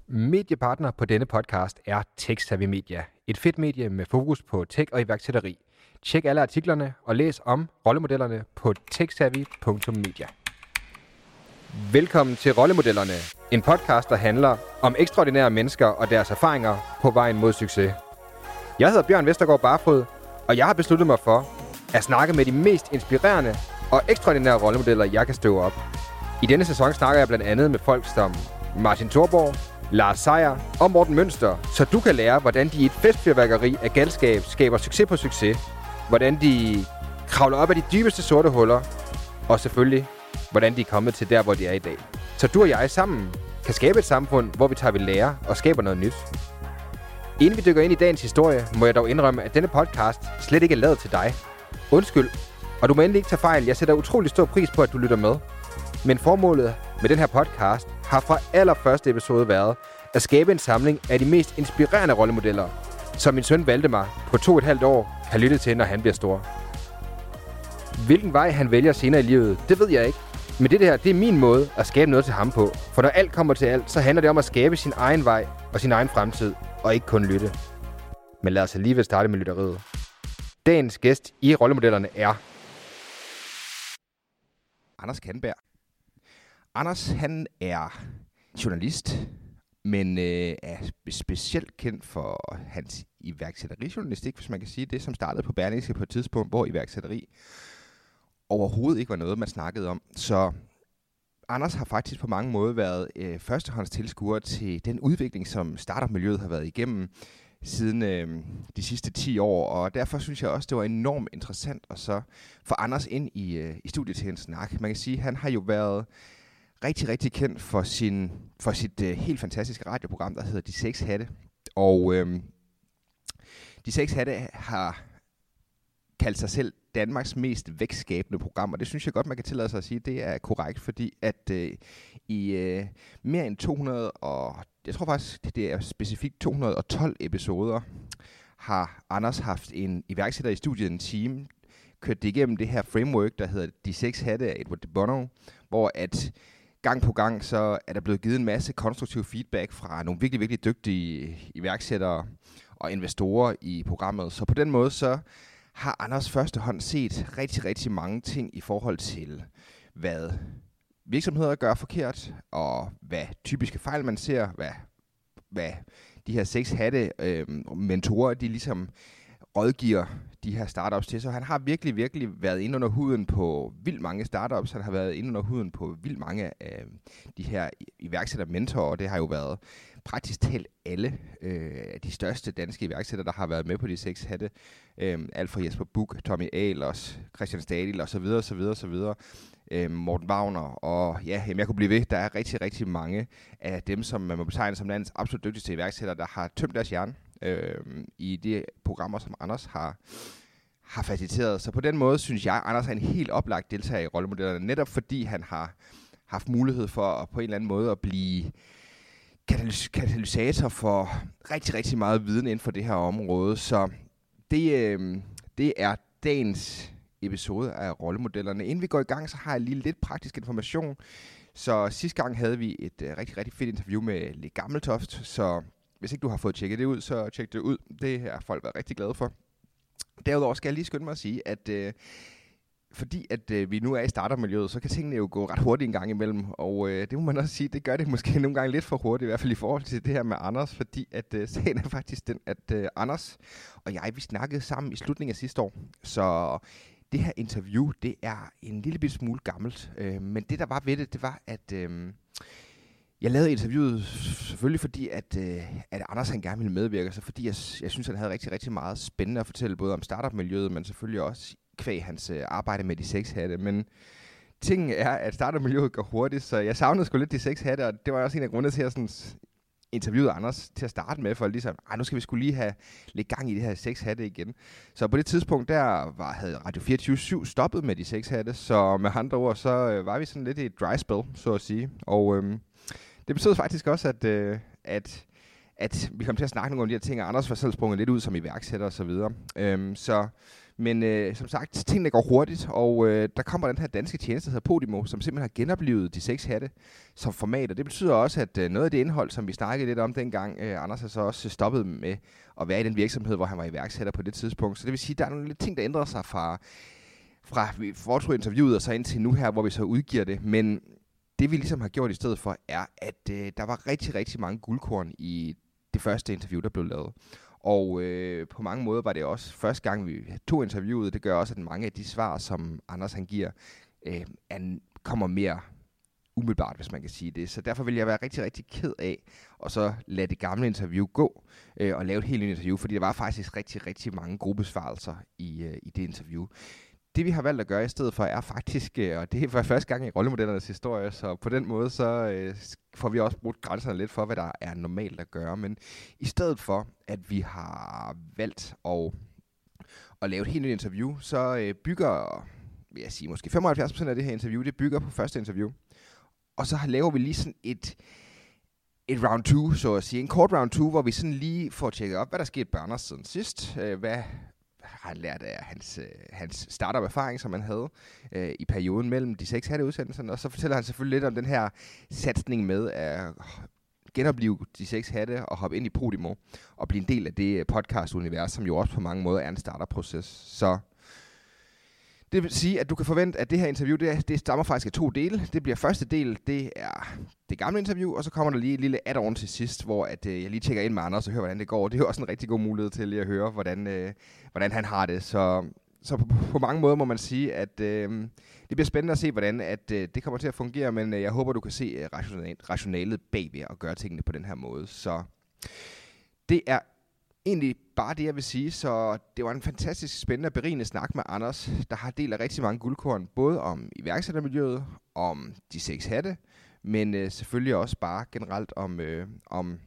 Mediepartner på denne podcast er TechSavvy Media. Et fedt medie med fokus på tech og iværksætteri. Tjek alle artiklerne og læs om rollemodellerne på techsavvy.media. Velkommen til Rollemodellerne, en podcast, der handler om ekstraordinære mennesker og deres erfaringer på vejen mod succes. Jeg hedder Bjørn Vestergaard Barfod, og jeg har besluttet mig for at snakke med de mest inspirerende og ekstraordinære rollemodeller, jeg kan støve op. I denne sæson snakker jeg blandt andet med folk som Martin Thorborg, Lars Seier og Morten Mønster, så du kan lære, hvordan de i et festfyrværkeri af galskab skaber succes på succes, hvordan de kravler op af de dybeste sorte huller, og selvfølgelig, hvordan de er kommet til der, hvor de er i dag. Så du og jeg sammen kan skabe et samfund, hvor vi tager ved lære og skaber noget nyt. Inden vi dykker ind i dagens historie, må jeg dog indrømme, at denne podcast slet ikke er lavet til dig. Undskyld, og du må endelig ikke tage fejl. Jeg sætter utrolig stor pris på, at du lytter med. Men formålet med den her podcast har fra allerførste episode været at skabe en samling af de mest inspirerende rollemodeller, som min søn Valdemar på 2,5 år kan lytte til, når han bliver stor. Hvilken vej han vælger senere i livet, det ved jeg ikke. Men det er min måde at skabe noget til ham på. For når alt kommer til alt, så handler det om at skabe sin egen vej og sin egen fremtid, og ikke kun lytte. Men lad os alligevel starte med lytteriet. Dagens gæst i rollemodellerne er Anders Kandberg. Anders, han er journalist, men er specielt kendt for hans iværksætterijournalistik, hvis man kan sige det, som startede på Berlingske på et tidspunkt, hvor iværksætteri overhovedet ikke var noget, man snakkede om. Så Anders har faktisk på mange måder været førstehåndstilskuer til den udvikling, som startup-miljøet har været igennem siden de sidste 10 år, og derfor synes jeg også, det var enormt interessant at så få Anders ind i studiet til en snak. Man kan sige, at han har jo været rigtig, rigtig kendt for sit helt fantastiske radioprogram, der hedder De 6 Hatte. Og De 6 Hatte har kaldt sig selv Danmarks mest vækstskabende program, og det synes jeg godt, man kan tillade sig at sige, det er korrekt, fordi at i mere end 200, og jeg tror faktisk, det er specifikt 212 episoder, har Anders haft en iværksætter i studiet, en team, kørt det igennem det her framework, der hedder De 6 Hatte af Edward de Bono, hvor at gang på gang, så er der blevet givet en masse konstruktiv feedback fra nogle virkelig, virkelig dygtige iværksættere og investorer i programmet. Så på den måde, så har Anders første hånd set rigtig, rigtig mange ting i forhold til, hvad virksomheder gør forkert, og hvad typiske fejl man ser, hvad de her 6 hatte mentorer, de ligesom rådgiver de her startups til. Så han har virkelig, virkelig været inde under huden på vildt mange startups. Han har været inde under huden på vildt mange af de her iværksættermentorer, og det har jo været praktisk talt alle de største danske iværksættere, der har været med på de 6 hatte. Alt fra Jesper Buch, Tommy Ahlers, Christian Stadil osv. osv. Morten Wagner, og ja, jeg kunne blive ved. Der er rigtig, rigtig mange af dem, som man må betegne som landets absolut dygtigste iværksættere, der har tømt deres hjerne i de programmer, som Anders har faciliteret. Så på den måde synes jeg, at Anders er en helt oplagt deltager i rollemodellerne, netop fordi han har haft mulighed for at på en eller anden måde at blive katalysator for rigtig, rigtig meget viden inden for det her område. Så det er dagens episode af rollemodellerne. Inden vi går i gang, så har jeg lige lidt praktisk information. Så sidste gang havde vi et rigtig, rigtig fedt interview med Le Gammeltoft, så hvis ikke du har fået tjekket det ud, så tjek det ud. Det har folk været rigtig glade for. Derudover skal jeg lige skynde mig at sige, at fordi at vi nu er i startup-miljøet, så kan tingene jo gå ret hurtigt en gang imellem. Og det må man også sige, det gør det måske nogle gange lidt for hurtigt, i hvert fald i forhold til det her med Anders. Fordi at sagen er faktisk den, at Anders og jeg, vi snakkede sammen i slutningen af sidste år. Så det her interview, det er en lille smule gammelt. Men det der var ved det, det var, at jeg lavede interviewet selvfølgelig fordi, at Anders han gerne ville medvirke, så fordi jeg synes, han havde rigtig, rigtig meget spændende at fortælle, både om startup-miljøet, men selvfølgelig også kvæg hans arbejde med de 6 hatte. Men tingen er, at startup-miljøet går hurtigt, så jeg savnede sgu lidt de 6 hatte, og det var også en af grundene til, at jeg sådan interviewede Anders til at starte med, for ligesom, nu skal vi skulle lige have lidt gang i det her 6 hatte igen. Så på det tidspunkt, havde Radio 24/7 stoppet med de 6 hatte, så med andre ord, så var vi sådan lidt i et dry spell, så at sige. Og det betød faktisk også, at vi kom til at snakke nogle om de her ting, og Anders var selv sprunget lidt ud som iværksætter og så videre. Så Men som sagt, tingene går hurtigt, og der kommer den her danske tjeneste, der hedder Podimo, som simpelthen har genoplevet De 6 Hatte som format. Og det betyder også, at noget af det indhold, som vi snakkede lidt om dengang, Anders har så også stoppet med at være i den virksomhed, hvor han var iværksætter på det tidspunkt. Så det vil sige, at der er nogle lidt ting, der ændrer sig fra vi foretog interviewet og så ind til nu her, hvor vi så udgiver det. Men det vi ligesom har gjort i stedet for, er, at der var rigtig, rigtig mange guldkorn i det første interview, der blev lavet. Og på mange måder var det også første gang, vi tog interviewet. Det gør også, at mange af de svar, som Anders han giver, kommer mere umiddelbart, hvis man kan sige det. Så derfor vil jeg være rigtig, rigtig ked af og så lade det gamle interview gå og lave et helt nyt interview, fordi der var faktisk rigtig, rigtig mange gode besvarelser i det interview. Det vi har valgt at gøre i stedet for er faktisk, og det er for første gang i rollemodellernes historie, så på den måde så får vi også brugt grænserne lidt for, hvad der er normalt at gøre. Men i stedet for, at vi har valgt at lave et helt nyt interview, så bygger, vil jeg sige, måske 75% af det her interview, det bygger på første interview. Og så laver vi lige sådan et round 2, så at sige. En kort round 2, hvor vi sådan lige får tjekket op, hvad der skete på Anders siden sidst. Hvad har han lært af hans startup-erfaring, som han havde i perioden mellem De 6 Hatte udsendelserne. Og så fortæller han selvfølgelig lidt om den her satsning med at genopleve De 6 Hatte og hoppe ind i Podimo og blive en del af det podcast-univers, som jo også på mange måder er en startup-proces. Så det vil sige, at du kan forvente, at det her interview, det stammer faktisk af 2 dele. Det bliver første del, det er det gamle interview, og så kommer der lige et lille add-on til sidst, hvor at, jeg lige tjekker ind med Anders og hører, hvordan det går. Det er jo også en rigtig god mulighed til lige at høre, hvordan han har det. Så på mange måder må man sige, at det bliver spændende at se, hvordan at, det kommer til at fungere, men jeg håber, du kan se rationalet bagved at gøre tingene på den her måde. Så det er egentlig bare det, jeg vil sige. Så det var en fantastisk spændende og berigende snak med Anders, der har delt af rigtig mange guldkorn, både om iværksættermiljøet, om De 6 Hatte, men selvfølgelig også bare generelt om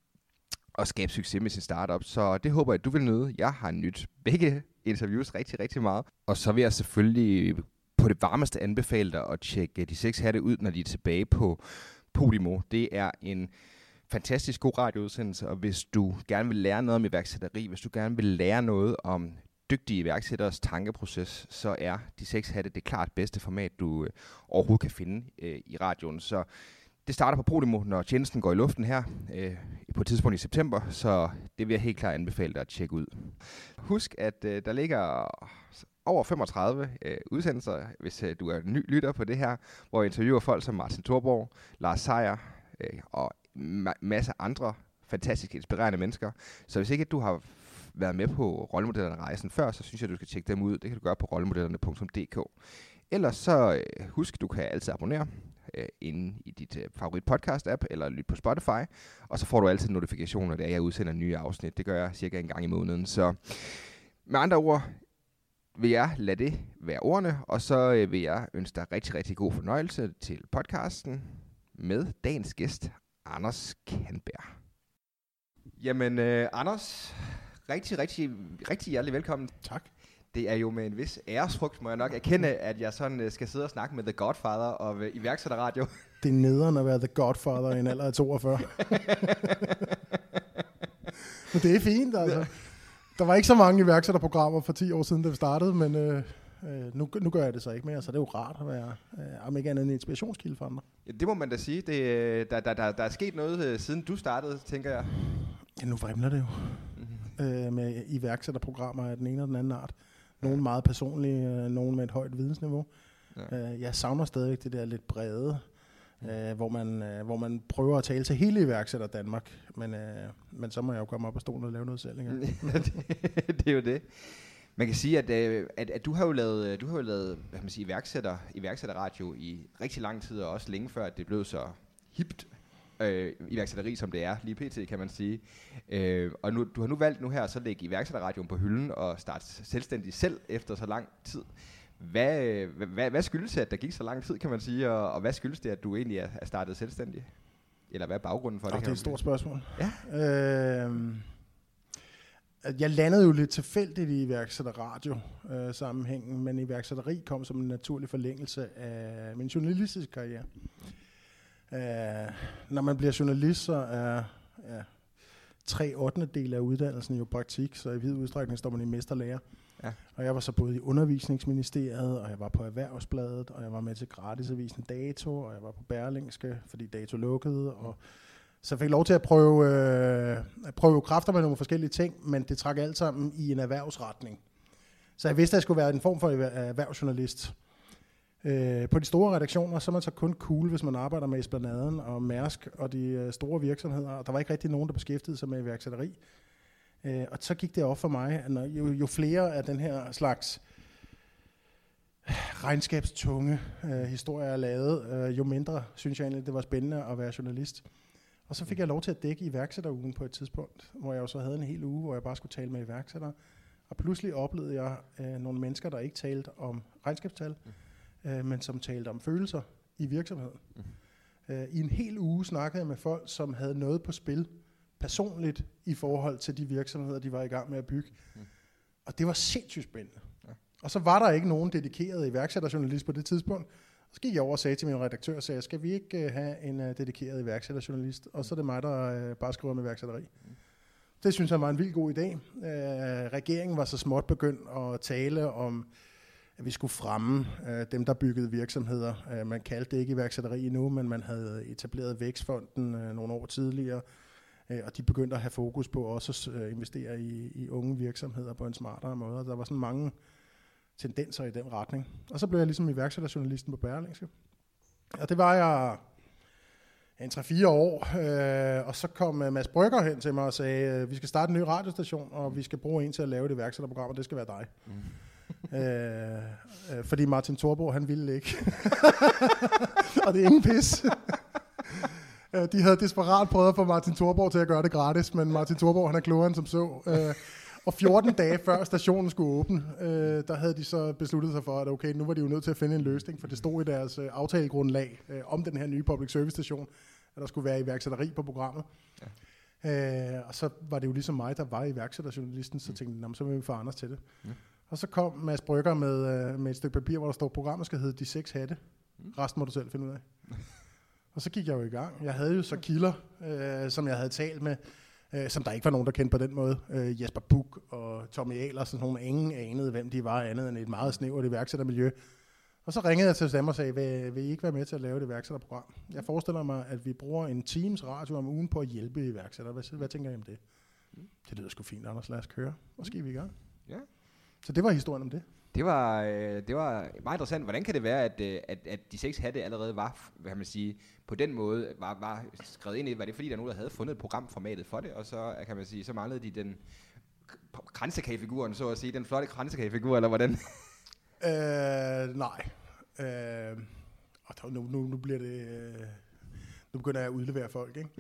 at skabe succes med sin startup. Så det håber jeg, at du vil nyde. Jeg har nydt begge interviews rigtig, rigtig meget. Og så vil jeg selvfølgelig på det varmeste anbefale dig at tjekke De 6 Hatte ud, når de er tilbage på Podimo. Det er en fantastisk god radioudsendelse, og hvis du gerne vil lære noget om iværksætteri, hvis du gerne vil lære noget om dygtige iværksætteres tankeproces, så er De 6 Hatte det klart bedste format, du overhovedet kan finde i radioen. Så det starter på Podimo, når tjenesten går i luften her på et tidspunkt i september, så det vil jeg helt klart anbefale dig at tjekke ud. Husk, at der ligger over 35 udsendelser, hvis du er ny lytter på det her, hvor jeg interviewer folk som Martin Thorborg, Lars Seier og masser andre fantastisk inspirerende mennesker. Så hvis ikke du har været med på Rollemodellerne-rejsen før, så synes jeg, du skal tjekke dem ud. Det kan du gøre på rollemodellerne.dk. Ellers så husk, du kan altid abonnere inde i dit favorit podcast-app, eller lytte på Spotify, og så får du altid notifikationer, da jeg udsender nye afsnit. Det gør jeg cirka en gang i måneden. Så med andre ord vil jeg lade det være ordene, og så vil jeg ønske dig rigtig, rigtig god fornøjelse til podcasten med dagens gæst, Anders Kandberg. Jamen, Anders, rigtig hjertelig velkommen. Tak. Det er jo med en vis æresfrygt, må jeg nok erkende, at jeg sådan skal sidde og snakke med The Godfather og iværksætterradio. Det er nederen at være The Godfather i en alder af 42. Men det er fint, altså. Der var ikke så mange iværksætterprogrammer for 10 år siden, da vi startede, men nu gør jeg det så ikke mere, så det er jo rart at være, om ikke andet en inspirationskilde for andre. Ja, det må man da sige. Der er sket noget, siden du startede, tænker jeg. Ja, nu vrimler det jo. Med iværksætterprogrammer af den ene og den anden art. Nogle meget personlige, nogle med et højt vidensniveau. Ja. Jeg savner stadigvæk det der lidt brede, hvor man prøver at tale til hele iværksætter Danmark, men så må jeg jo komme op og stolen og lave noget selv. Det er jo det. Man kan sige, at du har jo lavet, hvad kan man sige, iværksætterradio i rigtig lang tid, og også længe før, at det blev så hipt iværksætteri, som det er lige pt, kan man sige. Og du har nu valgt nu her at så lægge iværksætterradioen på hylden og starte selvstændigt selv efter så lang tid. Hvad skyldes det, at der gik så lang tid, kan man sige, og hvad skyldes det, at du egentlig er startet selvstændig? Eller hvad er baggrunden for det? Det er et stort spørgsmål. Ja. Jeg landede jo lidt tilfældigt i iværksætterradio-sammenhængen, men iværksætteri kom som en naturlig forlængelse af min journalistiske karriere. Når man bliver journalist, så er 3/8 af uddannelsen jo praktik, så i vid udstrækning står man i mesterlærer. Ja. Og jeg var så både i Undervisningsministeriet, og jeg var på Erhvervsbladet, og jeg var med til gratisavisen Dato, og jeg var på Berlingske, fordi Dato lukkede. Og så jeg fik lov til at prøve kræfter med nogle forskellige ting, men det trak alt sammen i en erhvervsretning. Så jeg vidste, at jeg skulle være en form for erhvervsjournalist. På de store redaktioner, så er man så kun cool, hvis man arbejder med Esplanaden og Mærsk og de store virksomheder. Og der var ikke rigtig nogen, der beskæftigede sig med iværksætteri. Og så gik det op for mig, at jo flere af den her slags regnskabstunge historier jeg lavede, jo mindre synes jeg egentlig, det var spændende at være journalist. Og så fik jeg lov til at dække iværksætterugen på et tidspunkt, hvor jeg jo så havde en hel uge, hvor jeg bare skulle tale med iværksættere. Og pludselig oplevede jeg nogle mennesker, der ikke talte om regnskabstal, men som talte om følelser i virksomheden. I en hel uge snakkede jeg med folk, som havde noget på spil personligt i forhold til de virksomheder, de var i gang med at bygge. Og det var sindssygt spændende. Ja. Og så var der ikke nogen dedikeret iværksætterjournalist på det tidspunkt. Så gik jeg over og sagde til min redaktør, skal vi ikke have en dedikeret iværksætterjournalist? Og så er det mig, der bare skriver med iværksætteri. Det synes jeg var en vild god idé. Regeringen var så småt begyndt at tale om, at vi skulle fremme dem, der byggede virksomheder. Man kaldte det ikke iværksætteri endnu, men man havde etableret Vækstfonden nogle år tidligere. Og de begyndte at have fokus på også at investere i unge virksomheder på en smartere måde. Der var sådan mange tendenser i den retning. Og så blev jeg ligesom iværksætterjournalisten på Berlingske. Og det var jeg en 3-4 år. Og så kom Mads Brügger hen til mig og sagde, vi skal starte en ny radiostation, og vi skal bruge en til at lave et iværksætterprogram, og det skal være dig. Fordi Martin Thorborg, han ville ikke. Og det er ingen pis. De havde desperat prøvet at få Martin Thorborg til at gøre det gratis, men Martin Thorborg, han er klogere end som så. Og 14 dage før stationen skulle åbne, der havde de så besluttet sig for, at okay, nu var de jo nødt til at finde en løsning, for det stod i deres aftalegrundlag om den her nye public service station, at der skulle være iværksætteri på programmet. Ja. Og så var det jo ligesom mig, der var iværksætterjournalisten, så tænkte jeg, så vil vi få Anders til det. Ja. Og så kom Mads Brügger med et stykke papir, hvor der står, programmet skal hedde De 6 hatte. Resten må du selv finde ud af. Og så gik jeg jo i gang. Jeg havde jo så kilder, som jeg havde talt med, som der ikke var nogen, der kendte på den måde. Jesper Buch og Tommy Ahlers, og sådan nogle, ingen anede, hvem de var, andet end et meget snævert iværksættermiljø. Og så ringede jeg til dem og sagde, vil I ikke være med til at lave et iværksætterprogram? Jeg forestiller mig, at vi bruger en times radio om ugen på at hjælpe iværksættere. Hvad tænker I om det? Det lyder sgu fint, Anders. Lad os køre. Og så gik vi i gang. Ja. Så det var historien om det. Det var meget interessant. Hvordan kan det være, at de 6 hatte allerede var, hvad kan man sige, på den måde var skrevet ind i? Var det fordi, der nogen, der havde fundet programformatet for det, og så kan man sige, så manglede de den kransekagefiguren, så at sige, den flotte kransekagefigur, eller hvordan? Nej. Nu bliver det... nu begynder jeg at udlevere folk, ikke?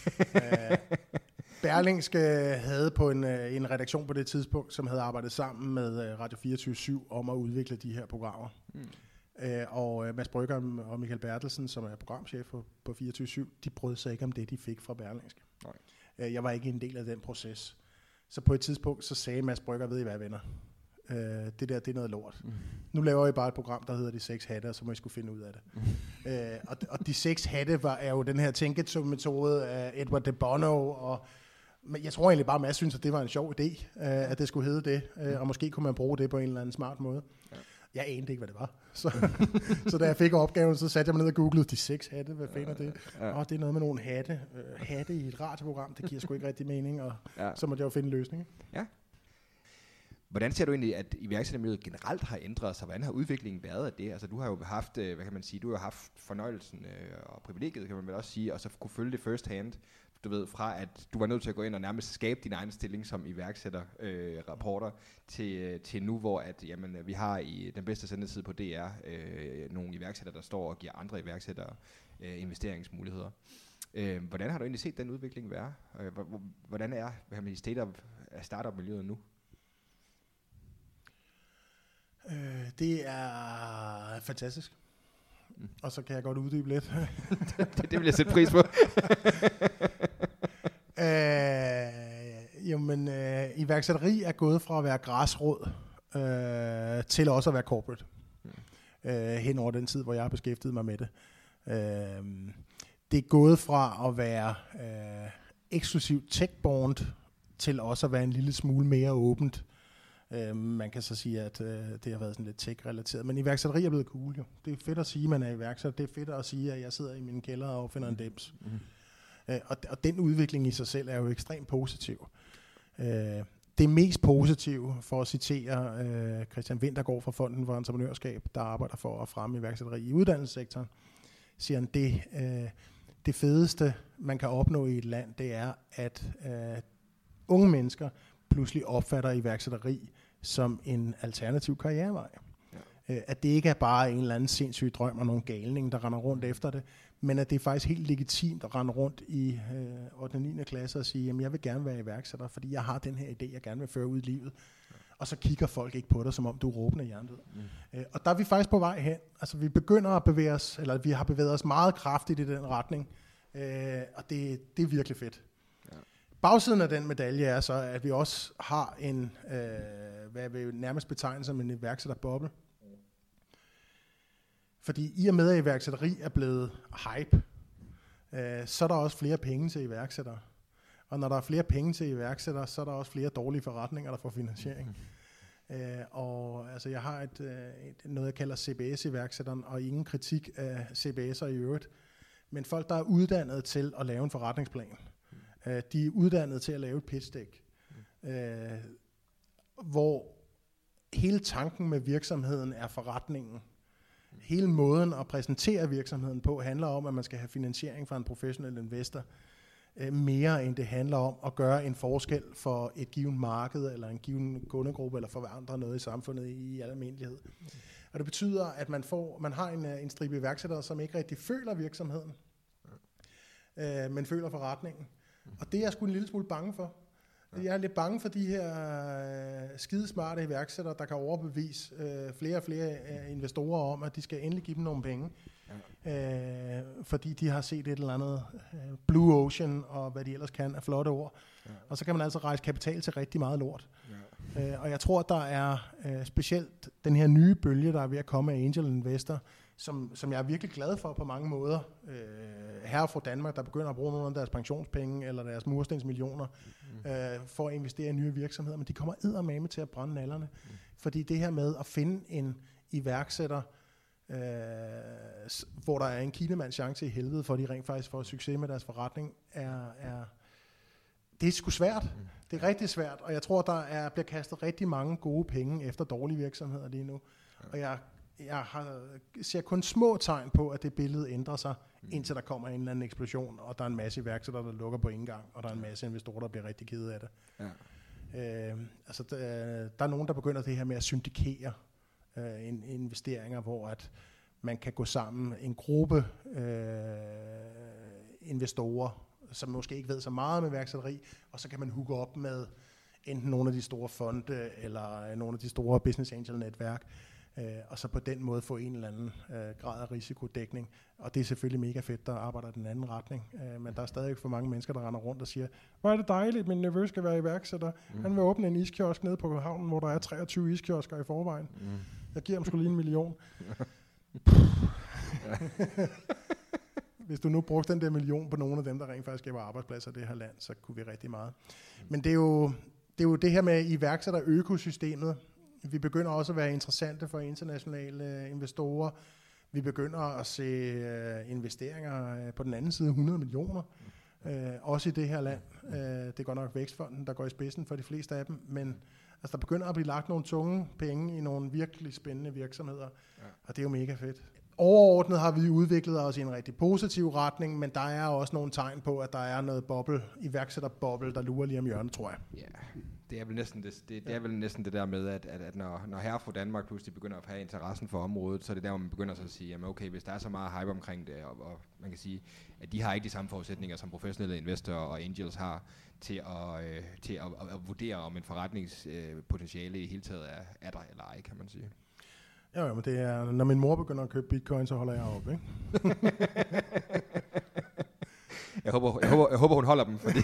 Berlingske havde på en redaktion på det tidspunkt, som havde arbejdet sammen med Radio 24/7 om at udvikle de her programmer. Og Mads Brügger og Michael Bertelsen, som er programchef på 24/7, de brød sig ikke om det, de fik fra Berlingske. Nej. Jeg var ikke en del af den proces. Så på et tidspunkt, så sagde Mads Brügger, ved I hvad, venner? Det der, det er noget lort. Nu laver I bare et program, der hedder De 6 hatte, og så må I skulle finde ud af det. Og De 6 hatte er jo den her tænkemetode af Edward de Bono, og jeg tror egentlig bare, at Mads synes, at det var en sjov idé, at det skulle hedde det, og måske kunne man bruge det på en eller anden smart måde. Ja. Jeg anede ikke, hvad det var. Så da jeg fik opgaven, så satte jeg mig ned og googlede De 6 hatte. Hvad fanden er det? Og det er noget med nogle hatte. Hatte i et radioprogram, det giver sgu ikke rigtig mening, og så måtte jeg jo finde en løsning. Ja. Hvordan ser du egentlig, at iværksættermiljøet generelt har ændret sig? Hvordan har udviklingen været af det? Altså, du har jo haft, hvad kan man sige, du har haft fornøjelsen og privilegiet, kan man vel også sige, og så kunne følge det first hand, du ved, fra at du var nødt til at gå ind og nærmest skabe din egen stilling som iværksætterreporter, til nu, hvor at, jamen, vi har i den bedste sendetid på DR nogle iværksættere, der står og giver andre iværksættere investeringsmuligheder. Hvordan har du egentlig set den udvikling være? Hvordan er state of startup-miljøet nu? Det er fantastisk. Og så kan jeg godt uddybe lidt. det vil jeg sætte pris på. Iværksætteri er gået fra at være græsrod til også at være corporate. Hen over den tid, hvor jeg har beskæftiget mig med det. Det er gået fra at være eksklusivt tech-bornt til også at være en lille smule mere åbent. Man kan så sige, at det har været sådan lidt tech-relateret. Men iværksætteri er blevet cool, jo. Det er fedt at sige, at man er iværksætter. Det er fedt at sige, at jeg sidder i min kælder og finder en dims. Og den udvikling i sig selv er jo ekstremt positiv. Det mest positive, for at citere Christian Vintergaard fra Fonden for Entreprenørskab, der arbejder for at fremme iværksætteri i uddannelsessektoren, siger han, det fedeste, man kan opnå i et land, det er, at unge mennesker pludselig opfatter iværksætteri som en alternativ karrierevej. Ja. At det ikke er bare en eller anden sindssyg drøm og nogle galning, der render rundt efter det, men at det er faktisk helt legitimt at rende rundt i 8. og 9. klasse og sige, jamen jeg vil gerne være iværksætter, fordi jeg har den her idé, jeg gerne vil føre ud i livet. Ja. Og så kigger folk ikke på dig, som om du er råbende hjernedød. Og der er vi faktisk på vej hen. Altså vi begynder at bevæge os, eller vi har bevæget os meget kraftigt i den retning, og det er virkelig fedt. Bagsiden af den medalje er så, at vi også har en, hvad vi nærmest betegner som en iværksætterboble. Fordi i og med, at iværksætteri er blevet hype, så er der også flere penge til iværksættere. Og når der er flere penge til iværksættere, så er der også flere dårlige forretninger, der får finansiering. Og altså, jeg har noget, jeg kalder CBS-iværksætteren, og ingen kritik af CBS'er i øvrigt. Men folk, der er uddannet til at lave en forretningsplan. De er uddannet til at lave et pitch deck, hvor hele tanken med virksomheden er forretningen. Hele måden at præsentere virksomheden på handler om, at man skal have finansiering fra en professionel investor, mere end det handler om at gøre en forskel for et givet marked, eller en given kundegruppe, eller forandre noget i samfundet i almindelighed. Og det betyder, at man har en stribe iværksættere, som ikke rigtig føler virksomheden, men føler forretningen. Og det er jeg sgu en lille smule bange for. Jeg er lidt bange for de her skidesmarte iværksættere, der kan overbevise flere og flere investorer om, at de skal endelig give dem nogle penge. Fordi de har set et eller andet Blue Ocean, og hvad de ellers kan af flotte ord. Og så kan man altså rejse kapital til rigtig meget lort. Og jeg tror, at der er specielt den her nye bølge, der er ved at komme af Angel Investor, som jeg er virkelig glad for på mange måder. Her fra Danmark, der begynder at bruge nogle af deres pensionspenge eller deres murstensmillioner for at investere i nye virksomheder, men de kommer eddermame til at brænde nallerne. Fordi det her med at finde en iværksætter, hvor der er en kinemands chance i helvede, for at de rent faktisk får succes med deres forretning, det er sgu svært. Det er rigtig svært, og jeg tror, der bliver kastet rigtig mange gode penge efter dårlige virksomheder lige nu. Og jeg ser kun små tegn på, at det billede ændrer sig, indtil der kommer en eller anden eksplosion, og der er en masse iværksættere, der lukker på indgang, og der er en masse investorer, der bliver rigtig kede af det. Der er nogen, der begynder det her med at syndikere investeringer, hvor at man kan gå sammen, en gruppe investorer, som måske ikke ved så meget om iværksætteri, og så kan man hooke op med enten nogle af de store fonde, eller nogle af de store business angel netværk, og så på den måde få en eller anden grad af risikodækning. Og det er selvfølgelig mega fedt, der arbejder i den anden retning. Men der er stadig for mange mennesker, der render rundt og siger, hvor er det dejligt, min nevø skal være iværksætter. Han vil åbne en iskiosk nede på havnen, hvor der er 23 iskiosker i forvejen. Jeg giver ham sgu lige 1 million. Hvis du nu brugte den der million på nogle af dem, der rent faktisk skaber arbejdspladser i det her land, så kunne vi rigtig meget. Men det er jo det her med iværksætter-økosystemet. Vi begynder også at være interessante for internationale investorer. Vi begynder at se investeringer på den anden side 100 millioner. Også i det her land. Det går nok Vækstfonden, der går i spidsen for de fleste af dem. Men altså, der begynder at blive lagt nogle tunge penge i nogle virkelig spændende virksomheder. Og det er jo mega fedt. Overordnet har vi udviklet os i en rigtig positiv retning, men der er også nogle tegn på, at der er noget iværksætterboble, der lurer lige om hjørnet, tror jeg. Ja, det er vel næsten det er vel næsten det der med, at når Herre fra Danmark pludselig begynder at have interessen for området, så er det der, hvor man begynder så at sige, jamen okay, hvis der er så meget hype omkring det, og man kan sige, at de har ikke de samme forudsætninger, som professionelle investorer og angels har, til at vurdere, om en forretningspotentiale i hele taget er der eller ej, kan man sige. Ja, men det er, når min mor begynder at købe bitcoin, så holder jeg op, ikke? jeg håber, hun holder dem, fordi...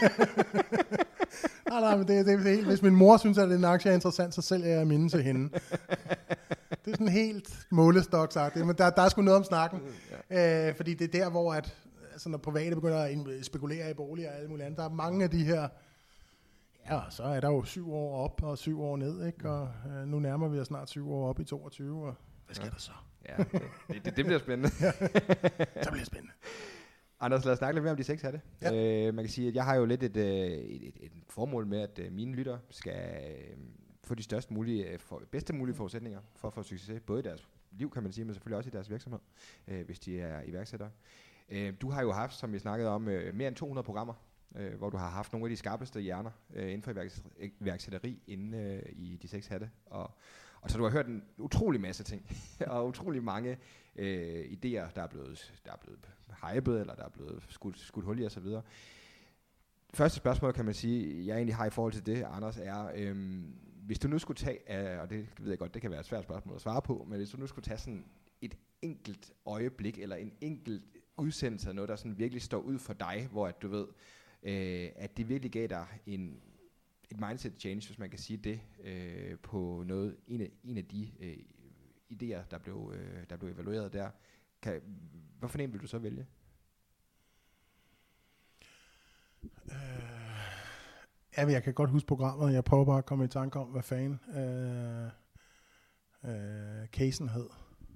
nej, men det er helt... Hvis min mor synes, at den aktie er interessant, så sælger jeg mine til hende. Det er sådan helt målestoksagtigt, men der er sgu noget om snakken. Fordi det er der, hvor at... altså når private begynder at spekulere i boliger og alle mulige andre, der er mange af de her, ja, så er der jo 7 år op og 7 år ned, ikke? Og nu nærmer vi os snart 7 år op i 22, og hvad sker der så? Ja, det bliver spændende. Så bliver det spændende. Anders, lad os snakke lidt mere om de 6 hatte. Ja. Man kan sige, at jeg har jo lidt et formål med, at mine lytter skal få de bedste mulige forudsætninger for at få succes, både i deres liv, kan man sige, men selvfølgelig også i deres virksomhed, hvis de er iværksættere. Du har jo haft, som vi snakkede om, mere end 200 programmer, hvor du har haft nogle af de skarpeste hjerner inden for iværksætteri inde i de 6 hatte. Og så du har hørt en utrolig masse ting, og utrolig mange idéer, der er blevet hypet, eller der er blevet skudt hul i osv. Første spørgsmål, kan man sige, jeg egentlig har i forhold til det, Anders, er, hvis du nu skulle tage, og det ved jeg godt, det kan være et svært spørgsmål at svare på, men hvis du nu skulle tage sådan et enkelt øjeblik, eller en enkelt udsendelse af noget, der sådan virkelig står ud for dig, hvor at du ved, at det virkelig gav dig et mindset change, hvis man kan sige det, på noget, en af de idéer, der blev evalueret der. Hvorfor en vil du så vælge? Jeg kan godt huske programmet. Jeg prøver bare at komme i tanke om, hvad fanden casen hed.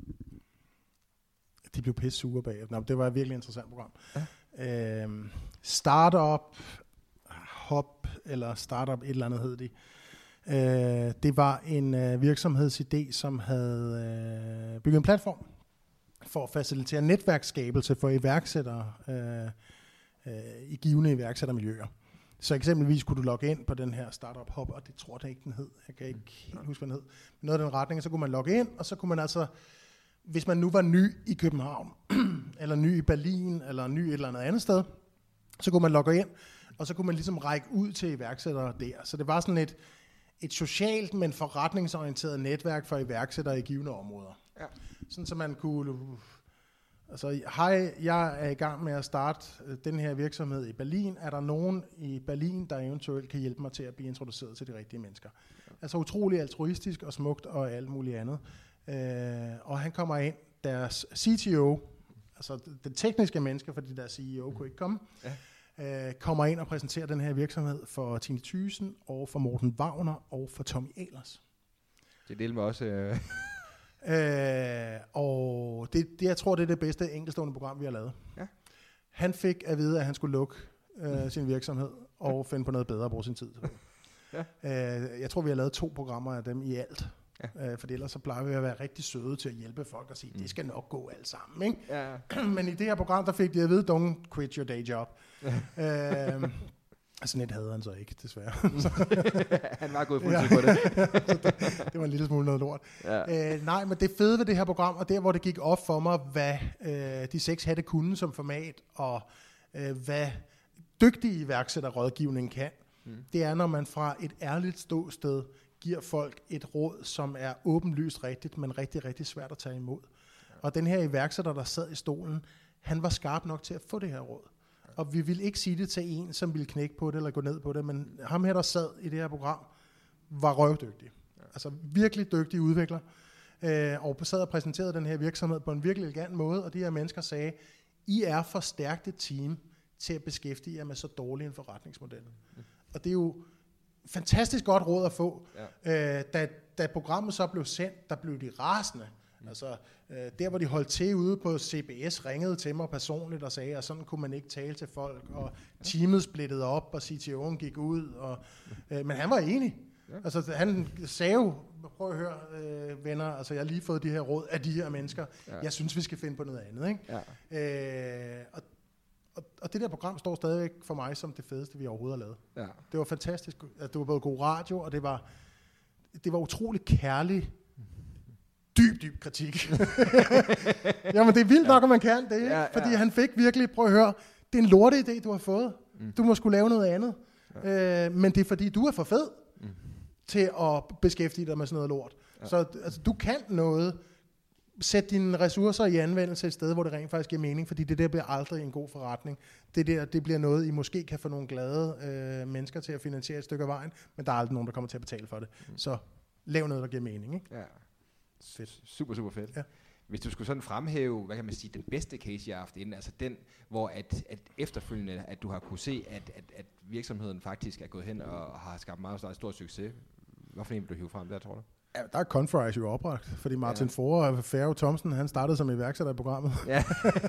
De blev pisse sure bag. Nå, det var et virkelig interessant program. Ja. Startup Hop, eller Startup et eller andet hed de. Det var en virksomhedsidé, som havde bygget en platform for at facilitere netværksskabelse for iværksættere i givende iværksættermiljøer. Så eksempelvis kunne du logge ind på den her Startup Hub, og det tror jeg ikke, den hed. Jeg kan ikke helt huske, hvad den hed. Men noget af den retning, så kunne man logge ind, og så kunne man altså, hvis man nu var ny i København, eller ny i Berlin, eller ny et eller andet sted, så kunne man logge ind, og så kunne man ligesom række ud til iværksættere der. Så det var sådan et socialt, men forretningsorienteret netværk for iværksættere i givende områder. Ja. Sådan så man kunne... Altså, hej, jeg er i gang med at starte den her virksomhed i Berlin. Er der nogen i Berlin, der eventuelt kan hjælpe mig til at blive introduceret til de rigtige mennesker? Ja. Altså utrolig altruistisk og smukt og alt muligt andet. Og han kommer ind, deres CTO, altså den tekniske menneske, fordi deres CEO kunne ikke komme, kommer ind og præsenterer den her virksomhed for Tine Thyssen, og for Morten Wagner, og for Tommy Ahlers. Det deler mig også... Og det, jeg tror, det er det bedste enkeltstående program, vi har lavet. Ja. Han fik at vide, at han skulle lukke sin virksomhed og finde på noget bedre at bruge sin tid. Ja. Jeg tror, vi har lavet 2 programmer af dem i alt. Ja. For ellers så plejer vi at være rigtig søde til at hjælpe folk og sige, det skal nok gå alt sammen. Ikke? Ja. Men i det her program, der fik de at vide, don't quit your day job. Sådan et havde han så ikke, desværre. Han var gået fuldstændig på det. Det var en lille smule noget lort. Ja. Nej, men det fede ved det her program, og der hvor det gik op for mig, hvad de 6 hatte kunne som format, og hvad dygtig iværksætterrådgivning kan, det er, når man fra et ærligt ståsted giver folk et råd, som er åbenlyst rigtigt, men rigtig, rigtig svært at tage imod. Ja. Og den her iværksætter, der sad i stolen, han var skarp nok til at få det her råd. Og vi ville ikke sige det til en, som ville knække på det eller gå ned på det, men ham her, der sad i det her program, var røvdygtig. Ja. Altså virkelig dygtig udvikler. Og sad og præsenterede den her virksomhed på en virkelig elegant måde, og de her mennesker sagde, I er for stærkt et team til at beskæftige jer med så dårlig en forretningsmodel. Og det er jo fantastisk godt råd at få. Ja. Da programmet så blev sendt, der blev de rasende. Altså, der hvor de holdt til ude på CBS, ringede til mig personligt og sagde, at sådan kunne man ikke tale til folk, og teamet splittede op, og CTO'en gik ud, og, men han var enig. Ja. Altså, han sagde jo, prøv at høre, venner, altså jeg har lige fået de her råd af de her mennesker, jeg synes, vi skal finde på noget andet. Ikke? Ja. Og det der program står stadigvæk for mig som det fedeste, vi overhovedet har lavet. Ja. Det var fantastisk. Det var både god radio, og det var utrolig kærlig, dyb kritik. Jamen det er vildt nok, at man kan det, ikke? Fordi han fik virkelig, prøv at høre, det er en lorteidé, du har fået. Du må skulle lave noget andet. Men det er fordi, du er for fed til at beskæftige dig med sådan noget lort. Så altså, du kan noget. Sæt dine ressourcer i anvendelse et sted, hvor det rent faktisk giver mening, fordi det der bliver aldrig en god forretning. Det bliver noget, I måske kan få nogle glade mennesker til at finansiere et stykke af vejen, men der er aldrig nogen, der kommer til at betale for det. Så lav noget, der giver mening. Ikke? Ja. Fedt. Super fedt. Ja. Hvis du skulle sådan fremhæve, hvad kan man sige, den bedste case, jeg har haft inden, altså den, hvor at efterfølgende, at du har kunne se, at virksomheden faktisk er gået hen og har skabt meget stor succes. Hvorfor en vil du hive frem der, tror du? Ja, der er Confrise jo opragt, fordi Martin Faro Thomsen, han startede som iværksætter i programmet. Ja.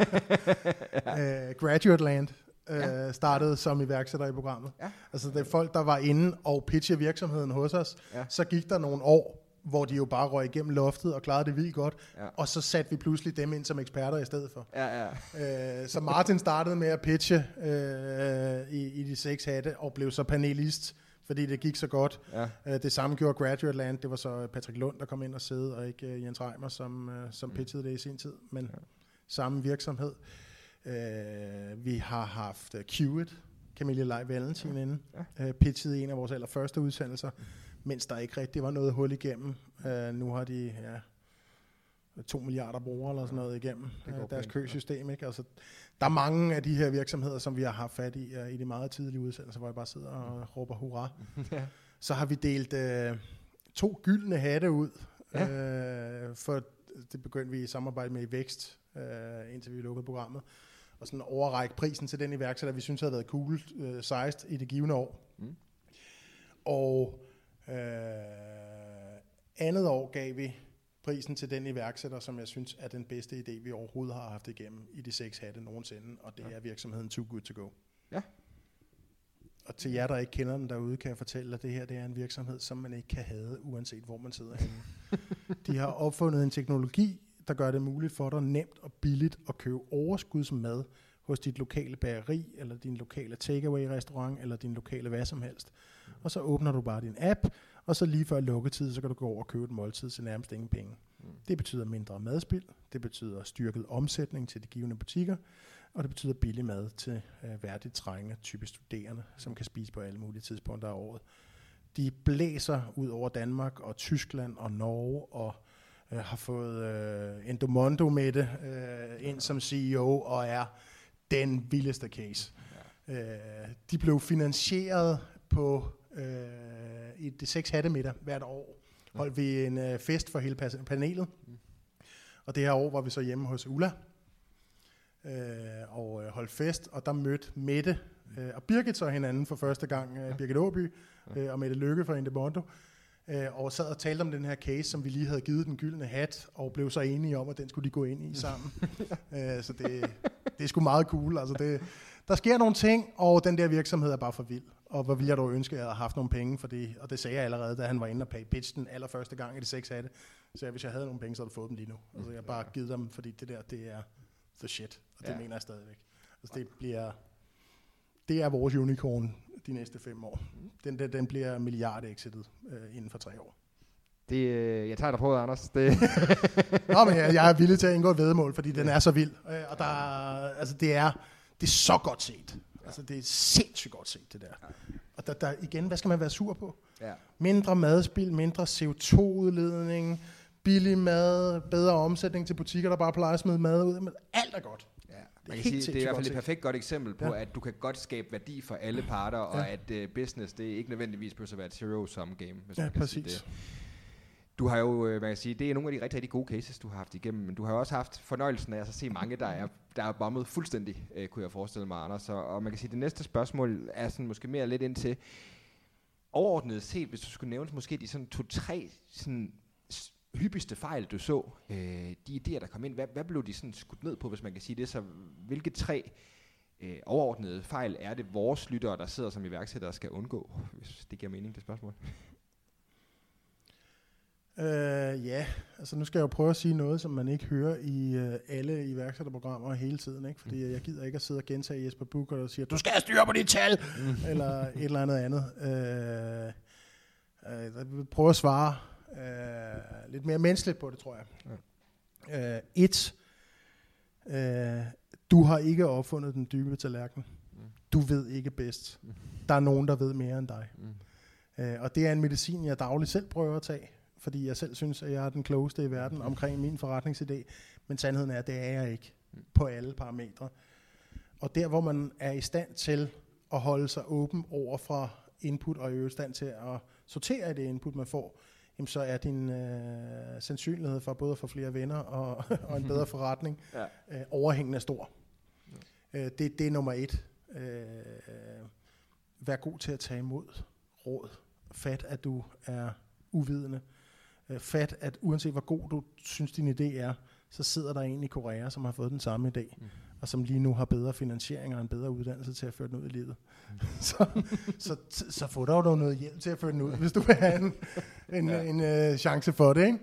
Graduate Land startede som iværksætter i programmet. Ja. Altså det er folk, der var inde og pitchede virksomheden hos os. Ja. Så gik der nogle år, hvor de jo bare røg igennem loftet og klarede det vildt godt. Ja. Og så satte vi pludselig dem ind som eksperter i stedet for. Ja. Så Martin startede med at pitche i de 6 hatte og blev så panelist, fordi det gik så godt. Ja. Det samme gjorde Graduate Land. Det var så Patrick Lund, der kom ind og sidde, og ikke Jens Reimer, som pitchede det i sin tid. Men samme virksomhed. Vi har haft Qt, Camilla Lej Valentin inde, pitchede i en af vores allerførste udsendelser, mens der ikke rigtig var noget hul igennem. Nu har de 2 milliarder brugere eller sådan noget igennem deres køsystem. Ikke? Altså, der er mange af de her virksomheder, som vi har haft fat i de meget tidlige udsendelser, hvor jeg bare sidder og råber hurra. Så har vi delt 2 gyldne hatte ud, for det begyndte vi i samarbejde med i Vækst, indtil vi lukkede programmet. Og sådan overrække prisen til den iværksætter, vi synes havde været cool sized i det givende år. Og andet år gav vi prisen til den iværksætter, som jeg synes er den bedste idé, vi overhovedet har haft igennem i de 6 hatte nogensinde, og det er virksomheden Too Good To Go. Ja. Og til jer, der ikke kender den derude, kan jeg fortælle, at det her det er en virksomhed, som man ikke kan have, uanset hvor man sidder henne. De har opfundet en teknologi, der gør det muligt for dig nemt og billigt at købe overskudsmad hos dit lokale bageri, eller din lokale takeaway-restaurant, eller din lokale hvad som helst. Og så åbner du bare din app, og så lige før lukketid, så kan du gå over og købe et måltid til nærmest ingen penge. Det betyder mindre madspild, det betyder styrket omsætning til de givne butikker, og det betyder billig mad til værdigt trængende, typisk studerende, som kan spise på alle mulige tidspunkter af året. De blæser ud over Danmark og Tyskland og Norge, og har fået Endomondo med det ind som CEO, og er den vildeste case. De blev finansieret på i det 6 hatte middag hvert år. Holdt vi en fest for hele panelet. Og det her år var vi så hjemme hos Ulla og holdt fest, og der mødte Mette og Birgit så hinanden for første gang. Birgit Åby og Mette Lykke fra Endomondo. Og sad og talte om den her case, som vi lige havde givet den gyldne hat, og blev så enige om, at den skulle de gå ind i sammen. Så det er sgu meget cool. Altså der sker nogle ting, og den der virksomhed er bare for vild. Og hvor ville jeg dog ønske, at jeg havde haft nogle penge for det. Og det sagde jeg allerede, da han var inde og pitche den allerførste gang i de 6 hatte. Så hvis jeg havde nogle penge, så havde du fået dem lige nu. Altså jeg har bare givet dem, fordi det er the shit. Og det mener jeg stadigvæk. Altså det er vores unicorn de næste 5 år. Den bliver milliard-exited inden for 3 år. Jeg tager dig på, Anders. Nå, men jeg er villig til at indgå et væddemål, fordi den er så vild. Og det er så godt set. Altså, det er sindssygt godt set, det der. Og der igen, hvad skal man være sur på? Ja. Mindre madspild, mindre CO2-udledning, billig mad, bedre omsætning til butikker, der bare plejer at smide mad ud. Men alt er godt. Man kan sige, det er i hvert fald et perfekt godt eksempel på, at du kan godt skabe værdi for alle parter, og at business, det er ikke nødvendigvis behøver at være et zero-sum game, hvis man kan sige det. Du har jo, man kan sige, det er nogle af de rigtig, rigtig gode cases, du har haft igennem, men du har jo også haft fornøjelsen af at se mange, der er bommet fuldstændig, kunne jeg forestille mig, Anders. Og man kan sige, det næste spørgsmål er sådan måske mere lidt ind til overordnet set, hvis du skulle nævne måske de sådan 2-3 sådan hyppigste fejl, du så, de idéer, der kom ind, hvad blev de sådan skudt ned på, hvis man kan sige det? Så hvilke 3 overordnede fejl er det, vores lyttere, der sidder som iværksættere, skal undgå, hvis det giver mening, det spørgsmål? Altså nu skal jeg jo prøve at sige noget, som man ikke hører i alle iværksætterprogrammer hele tiden, ikke? Fordi jeg gider ikke at sidde og gentage Jesper Buch, der siger, du skal styre på dit tal, eller et eller andet. Jeg vil prøve at svare lidt mere menneskeligt på det, tror jeg. Du har ikke opfundet den dybe tallerken. Du ved ikke bedst. Der er nogen, der ved mere end dig. Og det er en medicin, jeg dagligt selv prøver at tage, fordi jeg selv synes, at jeg er den klogeste i verden omkring min forretningsidé, men sandheden er, at det er jeg ikke på alle parametre. Og der, hvor man er i stand til at holde sig åben over for input, og er i stand til at sortere i det input, man får, jamen, så er din sandsynlighed for både at få flere venner og en bedre forretning overhængende stor. Det er nummer 1. Vær god til at tage imod råd. Fat, at du er uvidende. Fat, at uanset hvor god du synes din idé er, så sidder der en i Korea, som har fået den samme idé, og som lige nu har bedre finansiering og en bedre uddannelse til at føre den ud i livet. Så få dog noget hjælp til at føre den ud, hvis du vil have en chance for det. Ikke?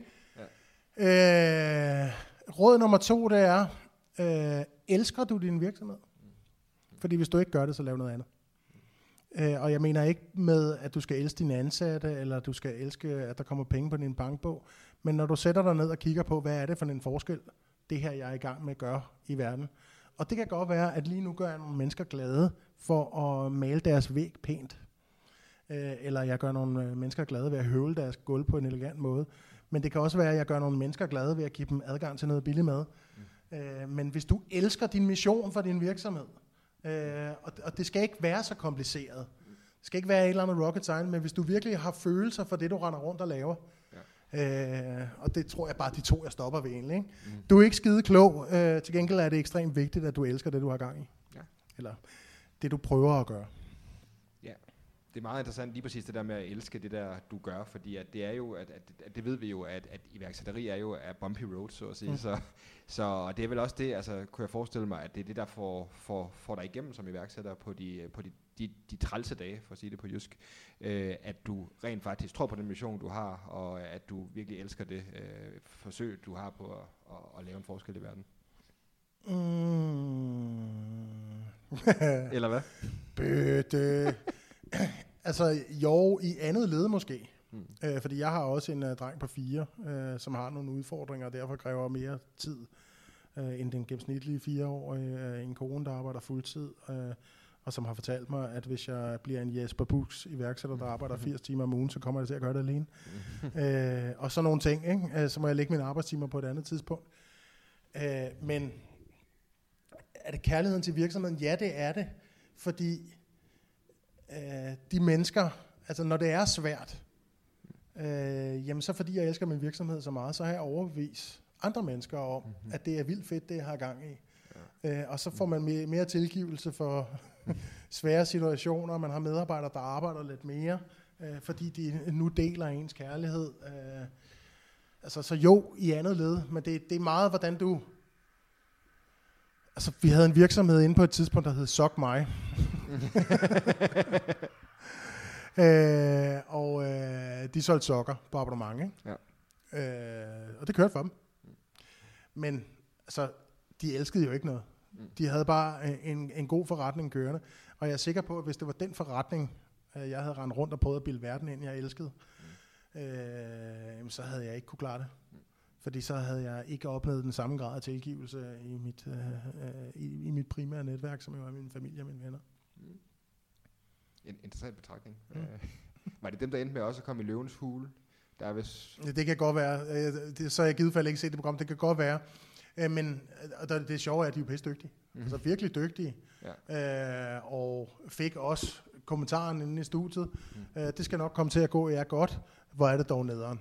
Ja. Råd nummer 2, det er, elsker du din virksomhed? Fordi hvis du ikke gør det, så lav noget andet. Og jeg mener ikke med, at du skal elske dine ansatte, eller du skal elske, at der kommer penge på din bankbog. Men når du sætter dig ned og kigger på, hvad er det for en forskel, det her jeg er i gang med at gøre i verden. Og det kan godt være, at lige nu gør jeg nogle mennesker glade for at male deres væg pænt. Eller jeg gør nogle mennesker glade ved at høvle deres gulv på en elegant måde. Men det kan også være, at jeg gør nogle mennesker glade ved at give dem adgang til noget billig mad. Men hvis du elsker din mission for din virksomhed, og det skal ikke være så kompliceret. Det skal ikke være et eller andet rocket science, men hvis du virkelig har følelser for det, du render rundt og laver, og det tror jeg bare, de 2, jeg stopper ved egentlig. Ikke? Du er ikke skide klog, til gengæld er det ekstremt vigtigt, at du elsker det, du har gang i. Ja. Eller det, du prøver at gøre. Ja, det er meget interessant lige præcis det der med at elske det der, du gør, fordi at det er jo, at det ved vi jo, at iværksætteri er bumpy road, så at sige. Så det er vel også det, altså kunne jeg forestille mig, at det er det, der får dig igennem som iværksætter på de trælse dage, for at sige det på jysk, at du rent faktisk tror på den mission, du har, og at du virkelig elsker det forsøg, du har på at lave en forskel i verden. Eller hvad? Bøtte. Altså jo, i andet led måske. Fordi jeg har også en dreng på 4, som har nogle udfordringer, og derfor kræver mere tid end den gennemsnitlige 4-årige. En kone, der arbejder fuldtid, og som har fortalt mig, at hvis jeg bliver en Jesper Buchs iværksætter, der arbejder 80 timer om ugen, så kommer jeg til at gøre det alene. Og sådan nogle ting, ikke? Så må jeg lægge mine arbejdstimer på et andet tidspunkt. Men er det kærligheden til virksomheden? Ja, det er det. Fordi de mennesker, altså når det er svært, jamen så fordi jeg elsker min virksomhed så meget, så har jeg overbevist andre mennesker om, at det er vildt fedt, det jeg har gang i. Og så får man mere tilgivelse for svære situationer. Man har medarbejdere, der arbejder lidt mere, fordi de nu deler ens kærlighed. Altså så jo, i andet led, men det er meget, hvordan du... Altså vi havde en virksomhed inde på et tidspunkt, der hed Sok Mig. Og de solgte sokker på abonnement, ikke? Ja. Og det kørte for dem. Men altså, de elskede jo ikke noget. De havde bare en god forretning kørende. Og jeg er sikker på, at hvis det var den forretning, jeg havde rendt rundt og prøvet at bilde verden ind, jeg elskede, så havde jeg ikke kunne klare det. Fordi så havde jeg ikke opnået den samme grad af tilgivelse i mit primære netværk, som jo er min familie og mine venner. En interessant betragtning. Var det dem, der endte med også at komme i Løvens Hule? Der er vist... Det kan godt være. Så har jeg givet fald ikke set det program. Det kan godt være. Men det sjove er, at de er jo pisse dygtige. Altså virkelig dygtige. Ja. Og fik også kommentaren inde i studiet. Det skal nok komme til at gå godt. Hvor er det dog nederen?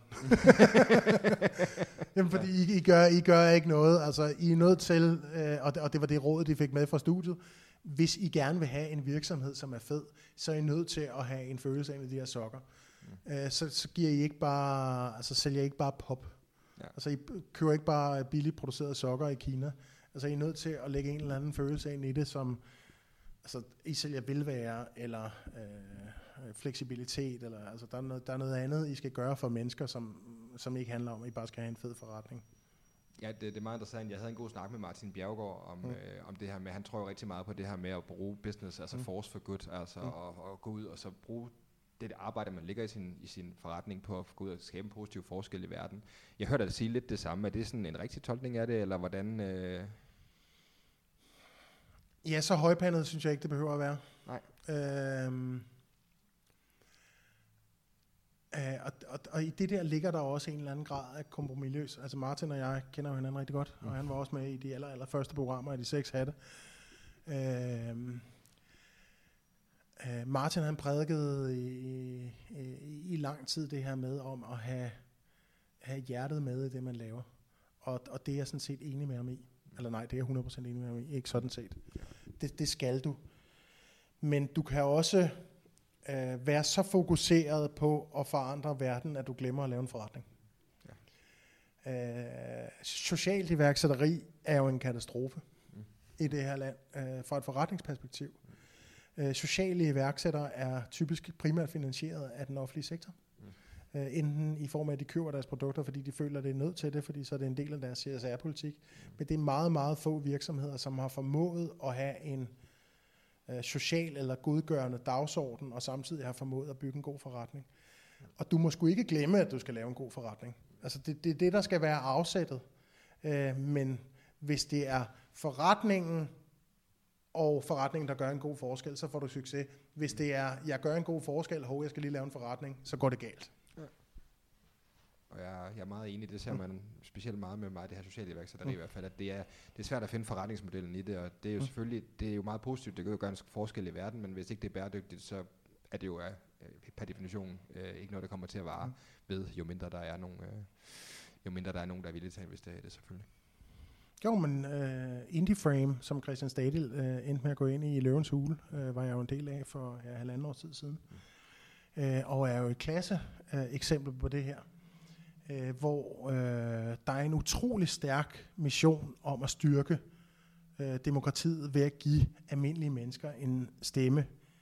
Jamen, fordi I gør ikke noget. Altså, I er nødt til, og det var det råd, de fik med fra studiet. Hvis I gerne vil have en virksomhed, som er fed, så er I nødt til at have en følelse af de her sokker. Så giver I ikke bare, altså sælger I ikke bare pop. Ja. Altså I køber ikke bare billigt producerede sokker i Kina. Altså I er nødt til at lægge en eller anden følelse ind i det, som altså I sælger velvære eller fleksibilitet, eller altså der er noget andet, I skal gøre for mennesker, som ikke handler om, at I bare skal have en fed forretning. Ja, det er meget interessant. Jeg havde en god snak med Martin Bjerregaard om det her med, han tror jo rigtig meget på det her med at bruge business, altså force for good, altså at gå ud og så bruge det arbejde, man ligger i sin forretning på at gå ud og skabe en positiv forskel i verden. Jeg hørte dig sige lidt det samme. Er det sådan en rigtig tolkning af det, eller hvordan? Ja, så højpandet synes jeg ikke, det behøver at være. Nej. Og i det der ligger der også en eller anden grad af kompromisløs. Altså Martin og jeg kender jo hinanden rigtig godt, og han var også med i de aller første programmer af de 6 hatte. Martin han prædikede i lang tid det her med om at have have hjertet med i det, man laver. Og det er jeg sådan set enig med ham i. Eller nej, det er jeg 100% enig med ham i. Ikke sådan set. Det skal du. Men du kan også være så fokuseret på at forandre verden, at du glemmer at lave en forretning. Socialt iværksætteri er jo en katastrofe i det her land, fra et forretningsperspektiv. Sociale iværksættere er typisk primært finansieret af den offentlige sektor. Enten i form af, at de køber deres produkter, fordi de føler, at det er nødt til det, fordi så er det en del af deres CSR-politik. Men det er meget, meget få virksomheder, som har formået at have en social eller godgørende dagsorden, og samtidig har formået at bygge en god forretning. Og du må sgu ikke glemme, at du skal lave en god forretning. Altså det er det, der skal være afsættet. Men hvis det er forretningen, og forretningen, der gør en god forskel, så får du succes. Hvis det er, jeg gør en god forskel, jeg skal lige lave en forretning, så går det galt. Ja. Og jeg er meget enig, det ser man specielt meget med mig, det her sociale iværksætteri i hvert fald, at det er svært at finde forretningsmodellen i det, og det er jo selvfølgelig, det er jo meget positivt, det kan jo gøre en forskel i verden, men hvis ikke det er bæredygtigt, så er det jo per definition ikke noget, der kommer til at vare ved, jo mindre der er nogen, der er villige til at investere i det selvfølgelig. Jo, men IndieFrame, som Christian Stadil endte med at gå ind i Løvens Hule, var jeg jo en del af for 1,5 års tid siden. Og er jo et klasse eksempel på det her, hvor der er en utrolig stærk mission om at styrke demokratiet ved at give almindelige mennesker en stemme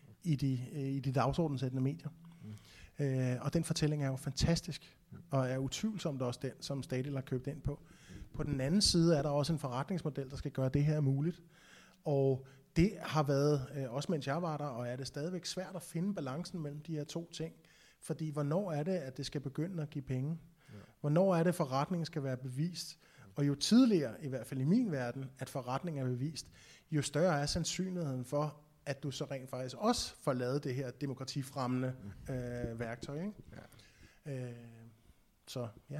i de dagsordenssættende medier. Og den fortælling er jo fantastisk, og er utvivlsomt også den, som Stadil har købt ind på. På den anden side er der også en forretningsmodel, der skal gøre det her muligt. Og det har været, også mens jeg var der, og er det stadigvæk svært at finde balancen mellem de her to ting. Fordi hvornår er det, at det skal begynde at give penge? Ja. Hvornår er det, forretningen skal være bevist? Og jo tidligere, i hvert fald i min verden, at forretningen er bevist, jo større er sandsynligheden for, at du så rent faktisk også får lavet det her demokratifremmende værktøj. Ikke? Ja. Så ja.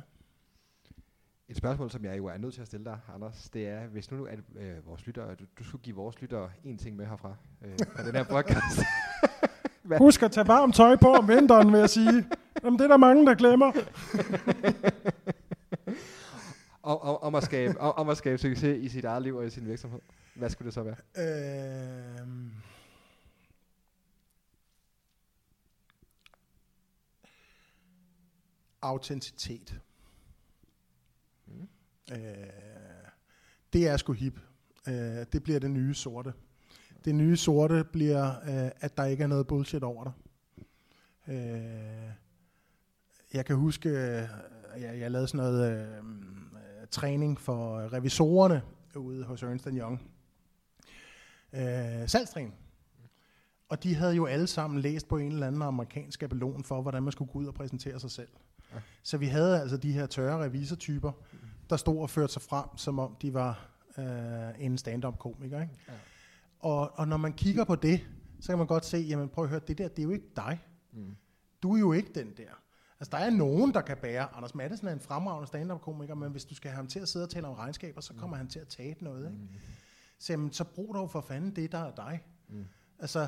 Et spørgsmål, som jeg jo er nødt til at stille dig, Anders, det er, hvis nu at vores lyttere, du skulle give vores lyttere en ting med herfra, fra den her podcast. Husk at tage varmt tøj på om vinteren, vil jeg sige. Jamen, det er der mange, der glemmer. om at skabe succes i sit eget liv og i sin virksomhed. Hvad skulle det så være? Autenticitet. Det er sgu hip. Det bliver det nye sorte. Det nye sorte bliver, at der ikke er noget bullshit over dig. Jeg kan huske, jeg lavede sådan noget træning for revisorerne ude hos Ernst & Young. Salgstræning. Og de havde jo alle sammen læst på en eller anden amerikansk skabelon for, hvordan man skulle gå ud og præsentere sig selv. Ja. Så vi havde altså de her tørre revisortyper, der stod og førte sig frem, som om de var en stand-up-komiker. Ikke? Ja. Og når man kigger på det, så kan man godt se, jamen prøv at høre, det der, det er jo ikke dig. Du er jo ikke den der. Altså der er nogen, der kan bære. Anders Matthesen er en fremragende stand-up-komiker, men hvis du skal have ham til at sidde og tale om regnskaber, så kommer han til at tabe noget. Ikke? Så, jamen, så brug dog for fanden det, der er dig. Altså,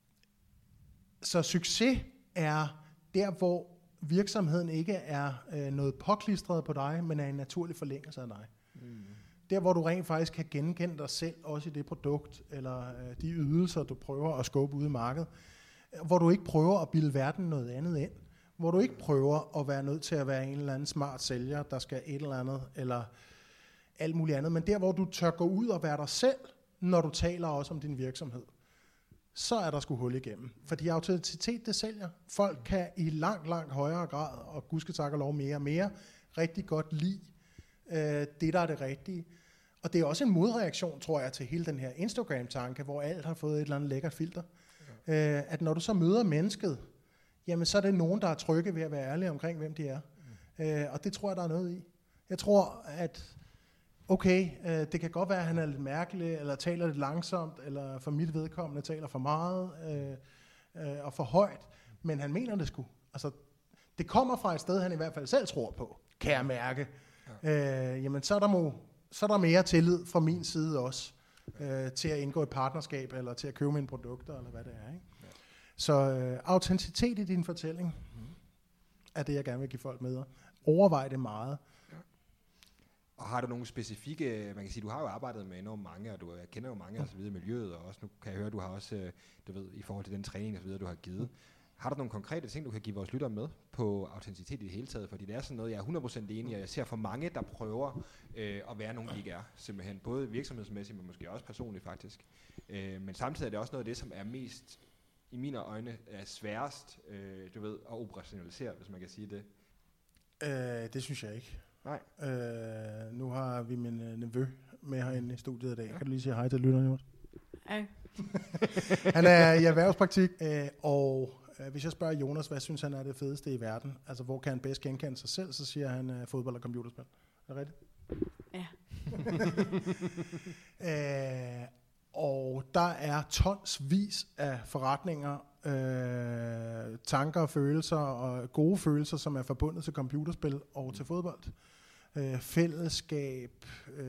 så succes er der, hvor virksomheden ikke er noget påklistret på dig, men er en naturlig forlængelse af dig. Der, hvor du rent faktisk kan genkende dig selv, også i det produkt, eller de ydelser, du prøver at skubbe ud i markedet, hvor du ikke prøver at bilde verden noget andet ind, hvor du ikke prøver at være nødt til at være en eller anden smart sælger, der skal et eller andet, eller alt muligt andet, men der, hvor du tør gå ud og være dig selv, når du taler også om din virksomhed, så er der sgu hul igennem. Fordi autenticitet, det sælger. Folk kan i langt højere grad, og gudsketak og lov mere og mere, rigtig godt lide det, der er det rigtige. Og det er også en modreaktion, tror jeg, til hele den her Instagram-tanke, hvor alt har fået et eller andet lækkert filter. Ja. At når du så møder mennesket, jamen så er det nogen, der er trygge ved at være ærlige omkring, hvem de er. Og det tror jeg, der er noget i. Jeg tror, at okay, det kan godt være, at han er lidt mærkelig, eller taler lidt langsomt, eller for mit vedkommende taler for meget og for højt, men han mener det sgu. Altså, det kommer fra et sted, han i hvert fald selv tror på, kan jeg mærke. Ja. Jamen, så er der mere tillid fra min side også, til at indgå et partnerskab, eller til at købe mine produkter, eller hvad det er. Ikke? Ja. Så autenticitet i din fortælling, er det, jeg gerne vil give folk med. overveje det meget. Og har du nogle specifikke, man kan sige, du har jo arbejdet med enormt mange, og du kender jo mange og så videre i miljøet, og også nu kan jeg høre, du har også, du ved, i forhold til den træning og så videre, du har givet. Har du nogle konkrete ting, du kan give vores lyttere med på autenticitet i det hele taget? Fordi det er sådan noget, jeg er 100% enig, og jeg ser for mange, der prøver at være nogen, de ikke er. Simpelthen både virksomhedsmæssigt, men måske også personligt faktisk. Men samtidig er det også noget af det, som er mest, i mine øjne, er sværest, du ved, at operationalisere, hvis man kan sige det. Det synes jeg ikke. Nej. Nu har vi min nevø med herinde i studiet i dag. Kan du lige sige hej til lytterne, Jonas? Hej. Han er i erhvervspraktik, og hvis jeg spørger Jonas, hvad synes han er det fedeste i verden? Altså, hvor kan han bedst genkende sig selv? Så siger han fodbold og computerspil. Er det rigtigt? Ja. Og der er tonsvis af forretninger, tanker og følelser og gode følelser, som er forbundet til computerspil og til fodbold. Fællesskab,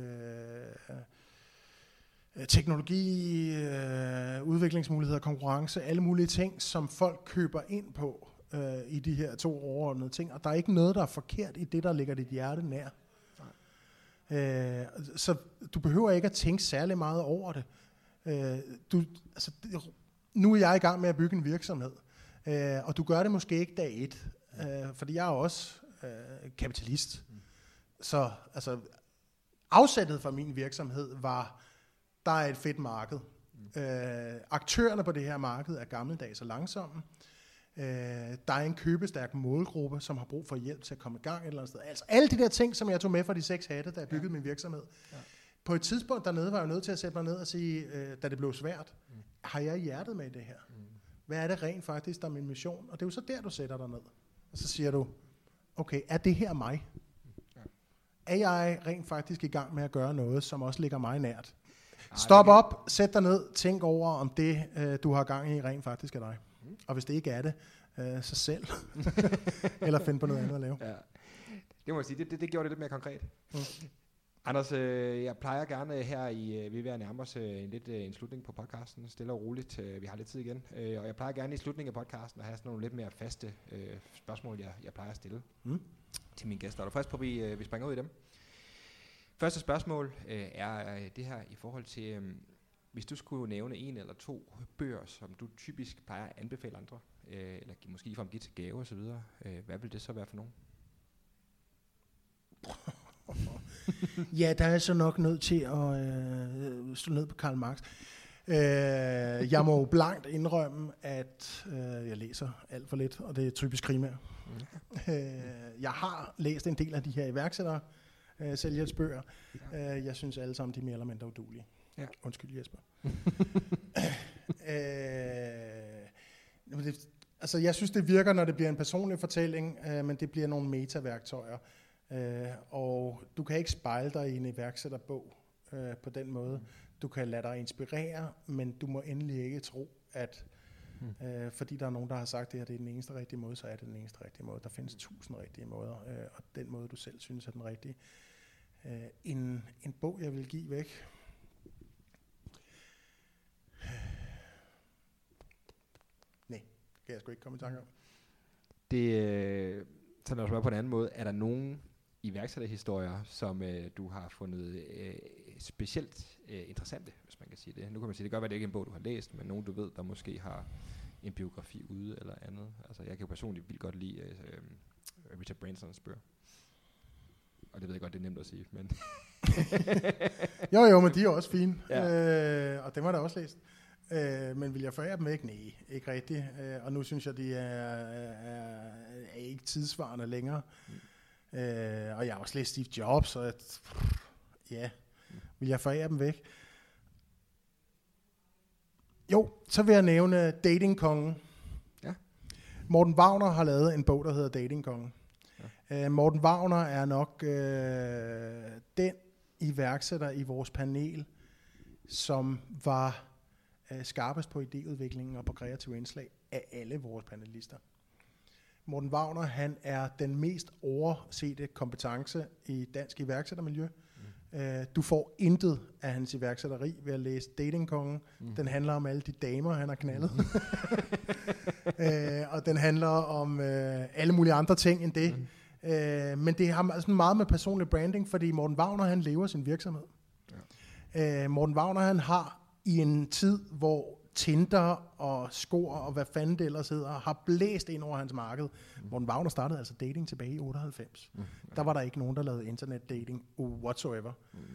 teknologi, udviklingsmuligheder, konkurrence, alle mulige ting, som folk køber ind på i de her 2 overordnede ting. Og der er ikke noget, der er forkert i det, der ligger dit hjerte nær. Så du behøver ikke at tænke særlig meget over det. Nu er jeg i gang med at bygge en virksomhed, og du gør det måske ikke dag 1, fordi jeg er også kapitalist. Så altså, afsættet for min virksomhed var, der er et fedt marked. Aktørerne på det her marked er gammeldags og langsomme. Der er en købestærk målgruppe, som har brug for hjælp til at komme i gang et eller andet sted. Altså alle de der ting, som jeg tog med fra de 6 hatte, da jeg byggede min virksomhed. Ja. På et tidspunkt dernede var jeg nødt til at sætte mig ned og sige, da det blev svært, har jeg hjertet med i det her? Hvad er det rent faktisk, der er min mission? Og det er jo så der, du sætter dig ned. Og så siger du, okay, er det her mig? Er jeg rent faktisk i gang med at gøre noget, som også ligger mig nært? Stop op, sæt dig ned, tænk over, om det, du har gang i, rent faktisk er dig. Og hvis det ikke er det, så selv. Eller find på noget andet at lave. Ja. Det må jeg sige, det gjorde det lidt mere konkret. Anders, jeg plejer gerne her vi er ved at nærme os en slutning på podcasten, stille og roligt, vi har lidt tid igen, og jeg plejer gerne i slutningen af podcasten at have sådan nogle lidt mere faste spørgsmål, jeg plejer at stille til mine gæster. Er du frisk på, at vi springer ud i dem? Første spørgsmål er det her i forhold til, hvis du skulle nævne 1 eller 2 bøger, som du typisk plejer at anbefale andre, eller måske for at give til gave osv., hvad vil det så være for nogen? Ja, der er så nok nødt til at slå ned på Karl Marx. Jeg må blankt indrømme, at jeg læser alt for lidt, og det er typisk krimier. Jeg har læst en del af de her iværksættere selvhjælpsbøger. Jeg synes alle sammen, de er mere eller mindre uduelige. Ja. Undskyld, Jesper. Altså, jeg synes, det virker, når det bliver en personlig fortælling, men det bliver nogle metaværktøjer. Og du kan ikke spejle dig i en iværksætterbog på den måde. Du kan lade dig inspirere, men du må endelig ikke tro, at fordi der er nogen, der har sagt, at det her det er den eneste rigtige måde, så er det den eneste rigtige måde. Der findes 1000 rigtige måder, og den måde, du selv synes er den rigtige. En bog, jeg vil give væk. Nej, kan jeg sgu ikke komme i tanke om. Så når du spørger på en anden måde, er der nogen iværksætterhistorier, som du har fundet specielt interessante, hvis man kan sige det? Nu kan man sige, det kan godt være, det ikke er en bog, du har læst, men nogen, du ved, der måske har en biografi ude eller andet. Altså, jeg kan jo personligt vildt godt lide Richard Bransons bøger. Og det ved jeg godt, det er nemt at sige, men... jo, men de er også fine. Ja. Og dem har jeg da også læst. Men vil jeg forære dem ikke? Nej, ikke rigtigt. Og nu synes jeg, de er ikke tidsvarende længere. Og jeg har også læst Steve Jobs, og vil jeg forære dem væk? Jo, så vil jeg nævne Datingkongen. Ja. Morten Wagner har lavet en bog, der hedder Datingkongen. Ja. Morten Wagner er nok den iværksætter i vores panel, som var skarpest på idéudviklingen og på kreative indslag af alle vores panelister. Morten Wagner, han er den mest oversete kompetence i dansk iværksættermiljø. Du får intet af hans iværksætteri ved at læse Datingkongen. Den handler om alle de damer, han har knaldet. Og den handler om alle mulige andre ting end det. Men det har sådan meget med personlig branding, fordi Morten Wagner, han lever sin virksomhed. Ja. Morten Wagner, han har i en tid, hvor Tinder og Skor og hvad fanden det ellers hedder, har blæst ind over hans marked. Morten Wagner startede altså dating tilbage i 98. Der var der ikke nogen, der lavede internetdating whatsoever.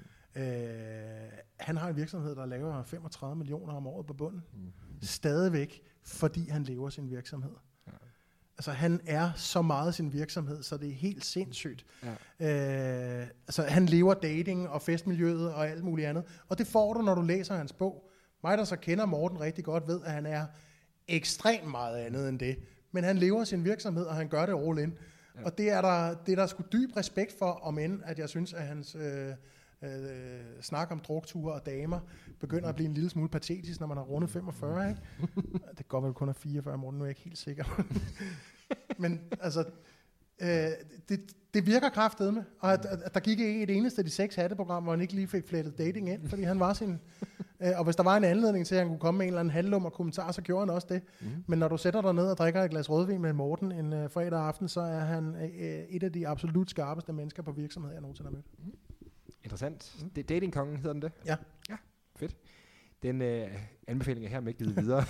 Han har en virksomhed, der laver 35 millioner om året på bunden. Stadigvæk, fordi han lever sin virksomhed. Ja. Altså han er så meget sin virksomhed, så det er helt sindssygt. Ja. Altså han lever dating og festmiljøet og alt muligt andet. Og det får du, når du læser hans bog. Mig, der så kender Morten rigtig godt, ved, at han er ekstremt meget andet end det. Men han lever sin virksomhed, og han gør det all in. Ja. Og det er der sgu dyb respekt for, om end at jeg synes, at hans snak om drukture og damer begynder at blive en lille smule patetisk, når man har rundet 45, ikke? Det kan godt være, kun er 44, Morten, nu er jeg ikke helt sikker. Men altså, det virker kraftedeme, og at der gik ikke et eneste af de 6 hatteprogrammer, hvor han ikke lige fik flettet dating ind, fordi han var sin... Og hvis der var en anledning til, at han kunne komme med en eller anden handlum og kommentar, så gjorde han også det. Men når du sætter dig ned og drikker et glas rødvin med Morten en fredag aften, så er han et af de absolut skarpeste mennesker på virksomhed, jeg nogensinde har mødt. Interessant. Datingkongen hedder den det? Ja. Ja, fedt. Den anbefaling er her med givet videre.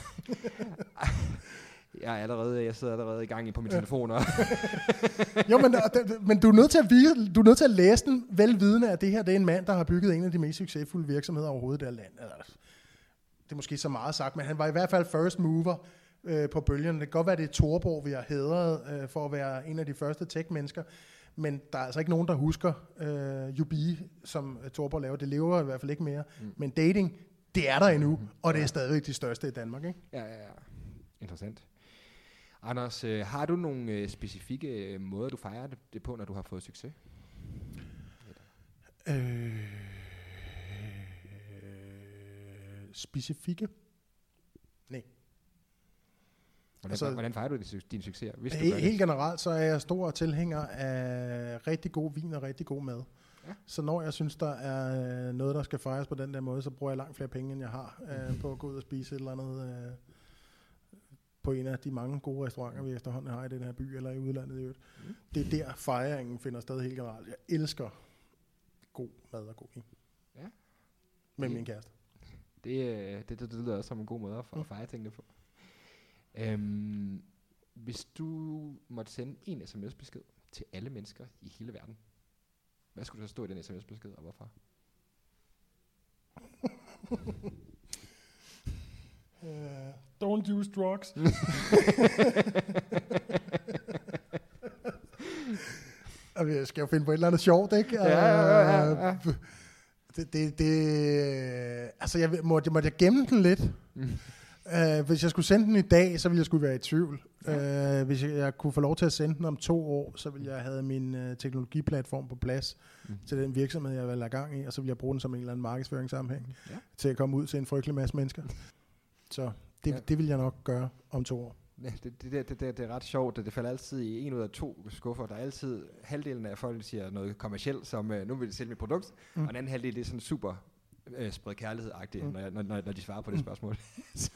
Jeg sidder allerede i gang på min telefoner. Jo, men du er nødt til at læse den velvidende, at det her det er en mand, der har bygget en af de mest succesfulde virksomheder overhovedet i det land. Det er måske så meget sagt, men han var i hvert fald first mover på bølgen. Det kan godt være, det er Torborg, vi har hædret for at være en af de første tech-mennesker. Men der er altså ikke nogen, der husker Jubi, som Torborg laver. Det lever i hvert fald ikke mere. Men dating, det er der endnu, og det er stadigvæk de største i Danmark, ikke? Ja. Interessant. Anders, har du nogle specifikke måder, du fejrer det på, når du har fået succes? Specifikke? Nej. Hvordan fejrer du din succes? Helt generelt, så er jeg stor tilhænger af rigtig god vin og rigtig god mad. Ja. Så når jeg synes, der er noget, der skal fejres på den der måde, så bruger jeg langt flere penge, end jeg har på at gå ud og spise et eller andet på en af de mange gode restauranter, vi efterhånden har i den her by eller i udlandet i øvrigt. Det er der fejringen finder sted helt generelt. Jeg elsker god mad og god vin. Ja. Med min kæreste. Det lyder også som en god måde at fejre tingene på. Hvis du måtte sende en sms-besked til alle mennesker i hele verden, hvad skulle der stå i den sms-besked, og hvorfor? Don't use drugs. Jeg skal jo finde på et eller andet sjovt, ikke? Ja. Altså, måtte jeg gemme den lidt? Hvis jeg skulle sende den i dag, så ville jeg skulle være i tvivl. Hvis jeg kunne få lov til at sende den om 2 år, så ville jeg have min teknologiplatform på plads til den virksomhed, jeg vil have gang i, og så ville jeg bruge den som en eller anden markedsføringssammenhæng til at komme ud til en frygtelig masse mennesker. Så det vil jeg nok gøre om 2 år. Ja, det er ret sjovt. Det falder altid i 1 ud af 2 skuffer. Der er altid halvdelen af folk, der siger noget kommercielt, som nu vil de sælge mit produkt, og den anden halvdel, det er sådan super spred kærlighed-agtigt, når de svarer på det spørgsmål. Så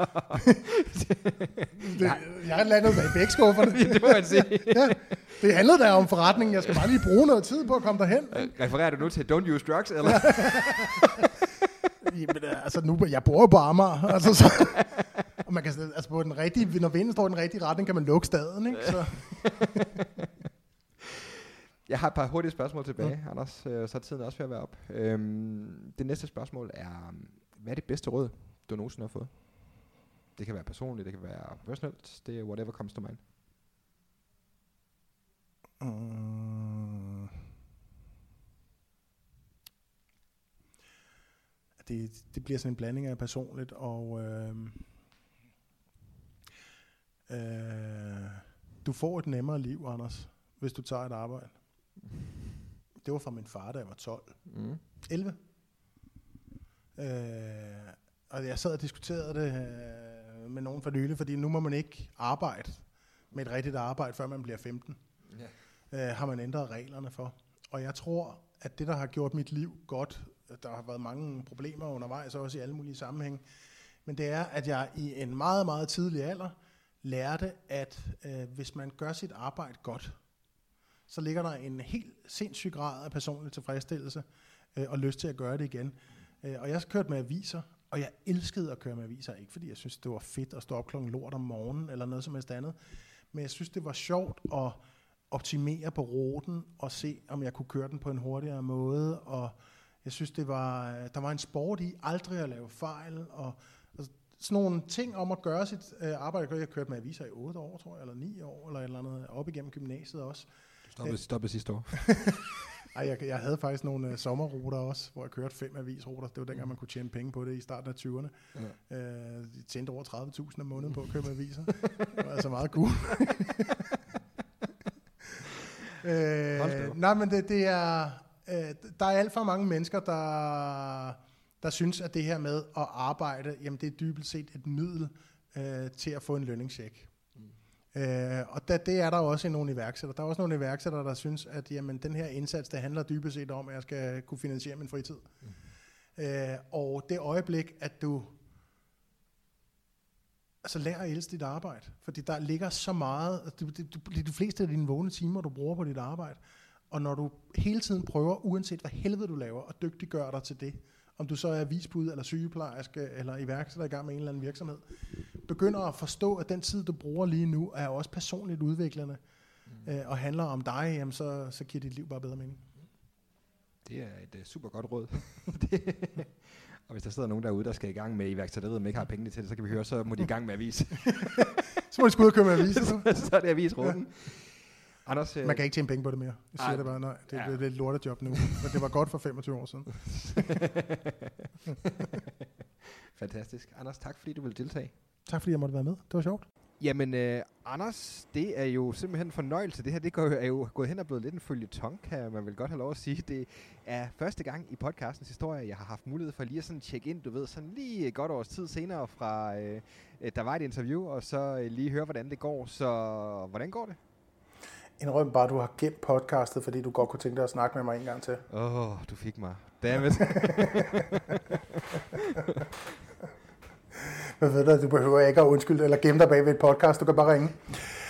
jeg er landet med i begge skufferne. Det må man sige. Ja, det handlede der om forretningen. Jeg skal bare lige bruge noget tid på at komme derhen. Refererer du nu til Don't Use Drugs, eller? Jamen, altså nu, jeg bor jo på Amager, altså så, og man kan, altså på den rigtige, når vinden står i den rigtige retning, kan man lukke staden, ikke? Så. Jeg har et par hurtige spørgsmål tilbage, Anders, så er tiden også ved at være op. Det næste spørgsmål er, hvad er det bedste råd, du nogensinde har fået? Det kan være personligt, det kan være personelt, det er whatever comes to mind. Det bliver sådan en blanding af personligt og du får et nemmere liv, Anders, hvis du tager et arbejde. Det var fra min far, da jeg var 12. 11. Og jeg sad og diskuterede det med nogen for nylig, fordi nu må man ikke arbejde med et rigtigt arbejde, før man bliver 15. Har man ændret reglerne for. Og jeg tror, at det, der har gjort mit liv godt, der har været mange problemer undervejs, også i alle mulige sammenhænge, men det er, at jeg i en meget, meget tidlig alder lærte, at hvis man gør sit arbejde godt, så ligger der en helt sindssyg grad af personlig tilfredsstillelse og lyst til at gøre det igen. Og jeg har kørt med aviser, og jeg elskede at køre med aviser, ikke fordi jeg synes, det var fedt at stå op klokken lort om morgenen, eller noget som helst andet, men jeg synes, det var sjovt at optimere på ruten, og se, om jeg kunne køre den på en hurtigere måde, og jeg synes, der var en sport i aldrig at lave fejl, og sådan nogle ting om at gøre sit arbejde. Jeg har kørt med aviser i 8 år, tror jeg, eller 9 år, eller et eller andet, op igennem gymnasiet også. Du stoppede sidste år. Ej, jeg havde faktisk nogle sommerruter også, hvor jeg kørte 5 avisruter. Det var dengang, man kunne tjene penge på det i starten af 20'erne. Ja. Jeg tjente over 30.000 om måneden på at køre med aviser. Det var altså meget cool. Nej, men det er... der er alt for mange mennesker, der synes, at det her med at arbejde, jamen det er dybest set et middel til at få en lønningscheck. Og det er der også i nogle iværksættere. Der er også nogle iværksættere, der synes, at jamen, den her indsats, det handler dybest set om, at jeg skal kunne finansiere min fritid. Og det øjeblik, at du lærer at elske dit arbejde, fordi der ligger så meget, de fleste af dine vågne timer, du bruger på dit arbejde, og når du hele tiden prøver, uanset hvad helvede du laver, at dygtiggøre dig til det, om du så er avisbud, eller sygeplejerske, eller iværksætter i gang med en eller anden virksomhed, begynder at forstå, at den tid, du bruger lige nu, er også personligt udviklende, og handler om dig, jamen så giver dit liv bare bedre mening. Det er et super godt råd. Og hvis der sidder nogen derude, der skal i gang med iværksætteriet, men ikke har pengene til det, så kan vi høre, så må de i gang med avis. Så må de sgu ud og køre med avis. Så er det avisrunden. Anders, man kan ikke tjene penge på det mere. Jeg siger det bare, nej. Det er et lortejob nu. Men det var godt for 25 år siden. Fantastisk. Anders, tak fordi du ville deltage. Tak fordi jeg måtte være med. Det var sjovt. Jamen, Anders, det er jo simpelthen en fornøjelse. Det her er jo gået hen og blevet lidt en føljeton, kan man vel godt have lov at sige. Det er første gang i podcastens historie, jeg har haft mulighed for lige at sådan tjekke ind, du ved, sådan lige godt års tid senere fra, der var et interview, og så lige høre, hvordan det går. Så hvordan går det? Indrøm bare, du har gemt podcastet, fordi du godt kunne tænke dig at snakke med mig en gang til. Du fik mig. Dammit. Men ved du behøver ikke at undskylde eller gemme dig bag ved et podcast, du kan bare ringe.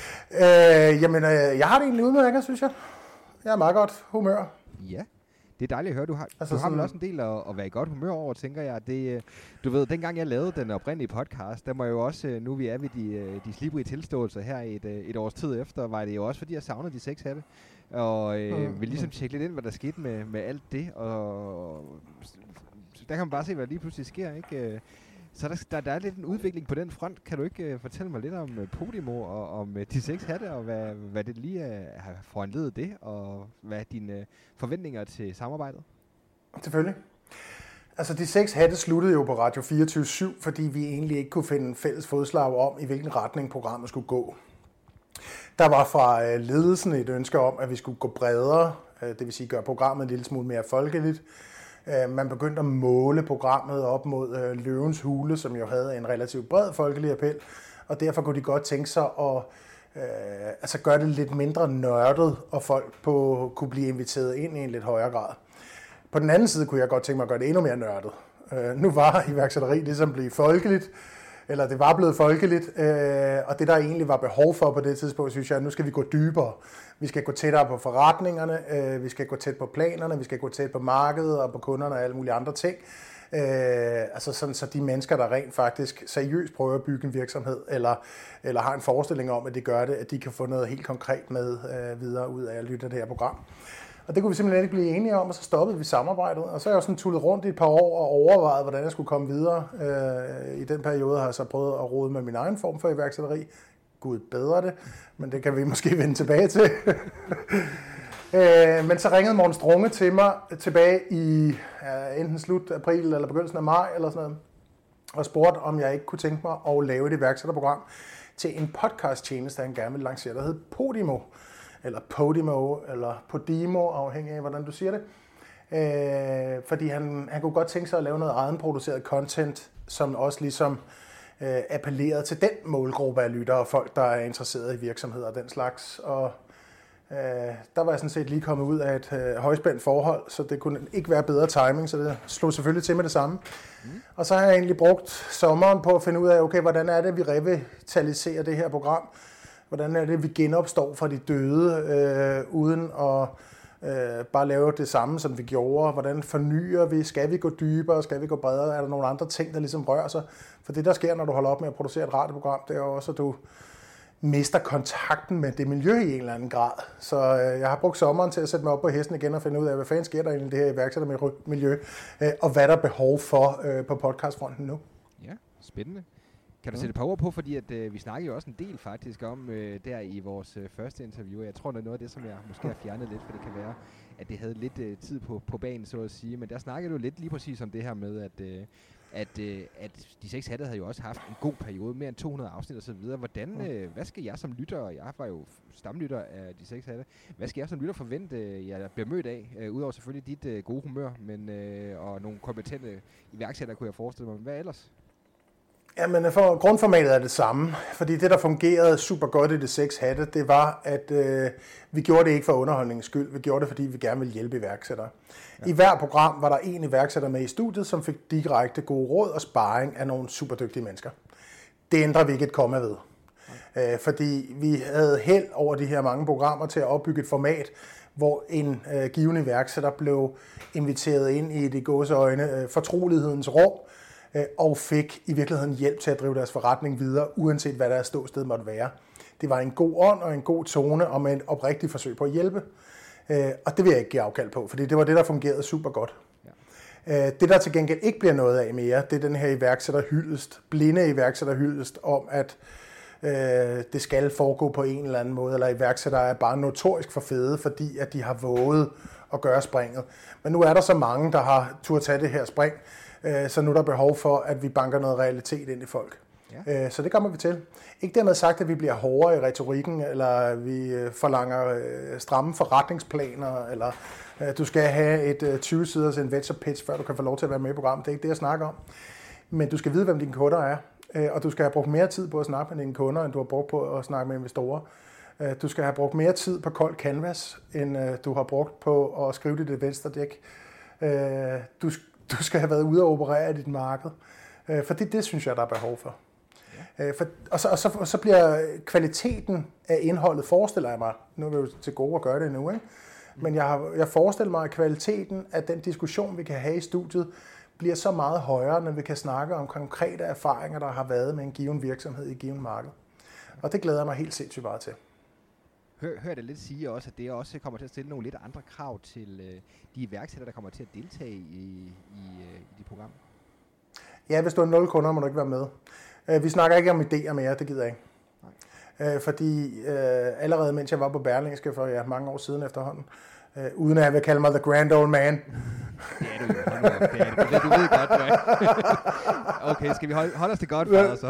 Jeg har det egentlig udmærket, synes jeg. Jeg er meget godt humør. Ja, det er dejligt at høre. Du har vel også en del at være i godt humør over, tænker jeg. Det, du ved, dengang jeg lavede den oprindelige podcast, der må jeg jo også, nu vi er ved de slibrige tilståelser her et års tid efter, var det jo også, fordi jeg savnede de 6 hatte. Og vil ligesom tjekke lidt ind, hvad der skete med alt det. Og der kan man bare se, hvad der lige pludselig sker, ikke? Så der er lidt en udvikling på den front. Kan du ikke fortælle mig lidt om Podimo og om de 6 hatte, og hvad det lige har foranledet det, og hvad er dine forventninger til samarbejdet? Selvfølgelig. Altså de 6 hatte sluttede jo på Radio 24/7, fordi vi egentlig ikke kunne finde fælles fodslag om, i hvilken retning programmet skulle gå. Der var fra ledelsen et ønske om, at vi skulle gå bredere, det vil sige gøre programmet en lille smule mere folkeligt. Man begyndte at måle programmet op mod Løvens Hule, som jo havde en relativt bred folkelig appel, og derfor kunne de godt tænke sig at gøre det lidt mindre nørdet, og folk kunne blive inviteret ind i en lidt højere grad. På den anden side kunne jeg godt tænke mig at gøre det endnu mere nørdet. Nu var iværksætteri ligesom blevet folkeligt, eller det var blevet folkeligt, og det der egentlig var behov for på det tidspunkt, synes jeg, at nu skal vi gå dybere. Vi skal gå tættere på forretningerne, vi skal gå tæt på planerne, vi skal gå tæt på markedet og på kunderne og alle mulige andre ting. Altså sådan, så de mennesker, der rent faktisk seriøst prøver at bygge en virksomhed, eller har en forestilling om, at de gør det, at de kan få noget helt konkret med videre ud af at lytte til det her program. Og det kunne vi simpelthen ikke blive enige om, og så stoppede vi samarbejdet. Og så er jeg jo sådan tullet rundt i et par år og overvejet, hvordan jeg skulle komme videre. I den periode har jeg så prøvet at rode med min egen form for iværksætteri. Gud bedre det, men det kan vi måske vende tilbage til. Men så ringede Morten Strunge til mig tilbage i enten slut april eller begyndelsen af maj eller sådan noget, og spurgte, om jeg ikke kunne tænke mig at lave et iværksætterprogram til en podcast-tjeneste, han gerne ville lancere, der hed Podimo. Eller Podimo, eller Podimo, afhængig af, hvordan du siger det. Fordi han kunne godt tænke sig at lave noget egenproduceret content, som også ligesom appellerede til den målgruppe af lyttere, folk, der er interesseret i virksomheder og den slags. Og der var jeg sådan set lige kommet ud af et højspændt forhold, så det kunne ikke være bedre timing, så det slog selvfølgelig til med det samme. Og så har jeg egentlig brugt sommeren på at finde ud af, okay, hvordan er det, vi revitaliserer det her program, Hvordan er det, vi genopstår fra de døde, uden at bare lave det samme, som vi gjorde? Hvordan fornyer vi? Skal vi gå dybere? Skal vi gå bredere? Er der nogle andre ting, der ligesom rører sig? For det, der sker, når du holder op med at producere et radioprogram, det er jo også, at du mister kontakten med det miljø i en eller anden grad. Så jeg har brugt sommeren til at sætte mig op på hesten igen og finde ud af, hvad fanden sker der egentlig i det her iværksættermiljø, og hvad der er behov for på podcastfronten nu. Ja, spændende. Kan du sætte et par ord på, fordi at, vi snakkede jo også en del faktisk om der i vores første interview. Jeg tror, det er noget af det, som jeg måske har fjernet lidt, for det kan være, at det havde lidt tid på banen, så at sige. Men der snakkede du lidt lige præcis om det her med, at de 6 hatte havde jo også haft en god periode, mere end 200 afsnit og så videre. Hvad skal jeg som lytter, og jeg var jo stamlytter af de 6 hatte, hvad skal jeg som lytter forvente, jeg bliver mødt af, udover selvfølgelig dit gode humør, men og nogle kompetente iværksættere, kunne jeg forestille mig. Hvad ellers? Jamen, for grundformatet er det samme, fordi det, der fungerede super godt i de 6 hatte, det var, at vi gjorde det ikke for underholdningens skyld, vi gjorde det, fordi vi gerne ville hjælpe iværksættere. Ja. I hver program var der en iværksætter med i studiet, som fik direkte gode råd og sparring af nogle super dygtige mennesker. Det ændrer vi ikke et komma ved. Fordi vi havde held over de her mange programmer til at opbygge et format, hvor en givende iværksætter blev inviteret ind i det gåseøjne fortrolighedens rum, og fik i virkeligheden hjælp til at drive deres forretning videre, uanset hvad deres ståsted måtte være. Det var en god ånd og en god tone, og med et oprigtigt forsøg på at hjælpe. Og det vil jeg ikke give afkald på, fordi det var det, der fungerede super godt. Ja. Det, der til gengæld ikke bliver noget af mere, det er den her iværksætterhyldest, blinde iværksætterhyldest, om at det skal foregå på en eller anden måde, eller iværksættere er bare notorisk for fede, fordi at de har våget at gøre springet. Men nu er der så mange, der har turde tage det her spring, så nu er der behov for, at vi banker noget realitet ind i folk. Ja. Så det kommer vi til. Ikke dermed sagt, at vi bliver hårdere i retorikken, eller vi forlanger stramme forretningsplaner, eller du skal have et 20-siders investor pitch, før du kan få lov til at være med i programmet. Det er ikke det, jeg snakker om. Men du skal vide, hvem dine kunder er, og du skal have brugt mere tid på at snakke med dine kunder, end du har brugt på at snakke med investorer. Du skal have brugt mere tid på kold canvas, end du har brugt på at skrive dit investor-dæk. Du skal have været ude og operere i dit marked. For det synes jeg, der er behov for. Ja. Og så bliver kvaliteten af indholdet, forestiller jeg mig, nu er vi jo til gode at gøre det nu, ikke? Men jeg forestiller mig, at kvaliteten af den diskussion, vi kan have i studiet, bliver så meget højere, når vi kan snakke om konkrete erfaringer, der har været med en given virksomhed i et given marked. Og det glæder jeg mig helt sindssygt meget til. Hør det lidt sige også, at det også kommer til at stille nogle lidt andre krav til de iværksættere, der kommer til at deltage i de programmer? Ja, hvis du har 0 kunder, må du ikke være med. Vi snakker ikke om idéer mere, det gider jeg ikke. Fordi allerede mens jeg var på Berlingske for mange år siden efterhånden, uden at jeg vil kalde mig the grand old man. Det er du jo. Du ved godt, hvad. Okay, skal vi holde os til godt for så?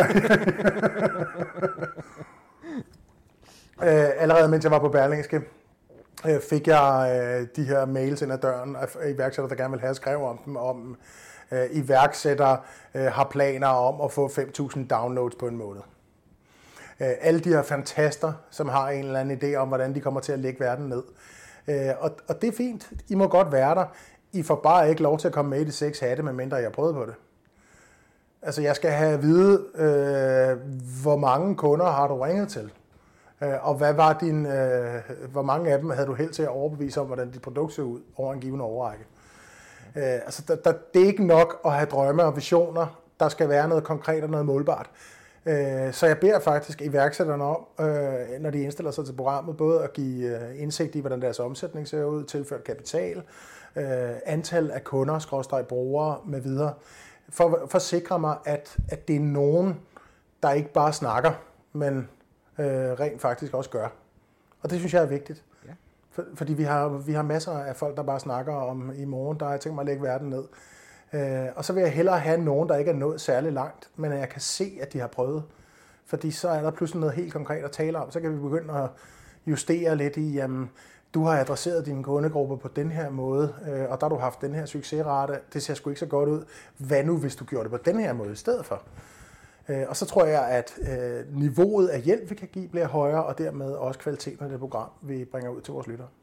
Allerede mens jeg var på Berlingske, fik jeg de her mails ind ad døren af iværksættere, der gerne vil have, skrev om dem, om iværksættere har planer om at få 5.000 downloads på en måned. Alle de her fantaster, som har en eller anden idé om, hvordan de kommer til at lægge verden ned. Og det er fint. I må godt være der. I får bare ikke lov til at komme med i de 6 hatte, medmindre jeg har prøvet på det. Altså, jeg skal have at vide, hvor mange kunder har du ringet til? Og hvad var hvor mange af dem havde du held til at overbevise om, hvordan dit produkt ser ud over en given overrække? Altså, det er ikke nok at have drømme og visioner. Der skal være noget konkret og noget målbart. Så jeg beder faktisk iværksætterne om, når de indstiller sig til programmet, både at give indsigt i, hvordan deres omsætning ser ud, tilført kapital, antal af kunder, brugere med videre, for at sikre mig, at det er nogen, der ikke bare snakker, men rent faktisk også gør. Og det synes jeg er vigtigt. Ja. Fordi vi har masser af folk, der bare snakker om i morgen, der har jeg tænkt mig at lægge verden ned. Og så vil jeg hellere have nogen, der ikke er nået særlig langt, men jeg kan se, at de har prøvet. Fordi så er der pludselig noget helt konkret at tale om. Så kan vi begynde at justere lidt i, jamen, du har adresseret dine kundegrupper på den her måde, og der har du haft den her succesrate. Det ser sgu ikke så godt ud. Hvad nu, hvis du gjorde det på den her måde i stedet for? Og så tror jeg, at niveauet af hjælp, vi kan give, bliver højere, og dermed også kvaliteten af det program, vi bringer ud til vores lyttere.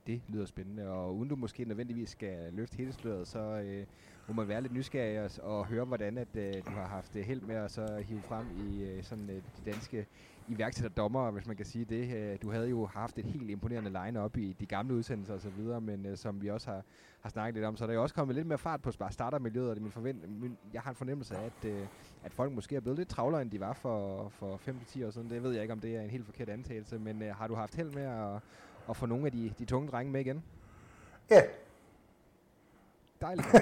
Det lyder spændende, og uden du måske nødvendigvis skal løfte hele sløret, så må man være lidt nysgerrig og høre, hvordan at, du har haft held med at så hive frem i de danske iværksætterdommer, hvis man kan sige det. Du havde jo haft et helt imponerende line-up i de gamle udsendelser og så videre, men som vi også har snakket lidt om, så er der jo også kommet lidt mere fart på startermiljøet, og jeg har en fornemmelse af, at folk måske er blevet lidt travlere, end de var for 5-10 år siden. Det ved jeg ikke, om det er en helt forkert antagelse, men har du haft held med at få nogle af de tunge drenge med igen? Ja. Dejligt.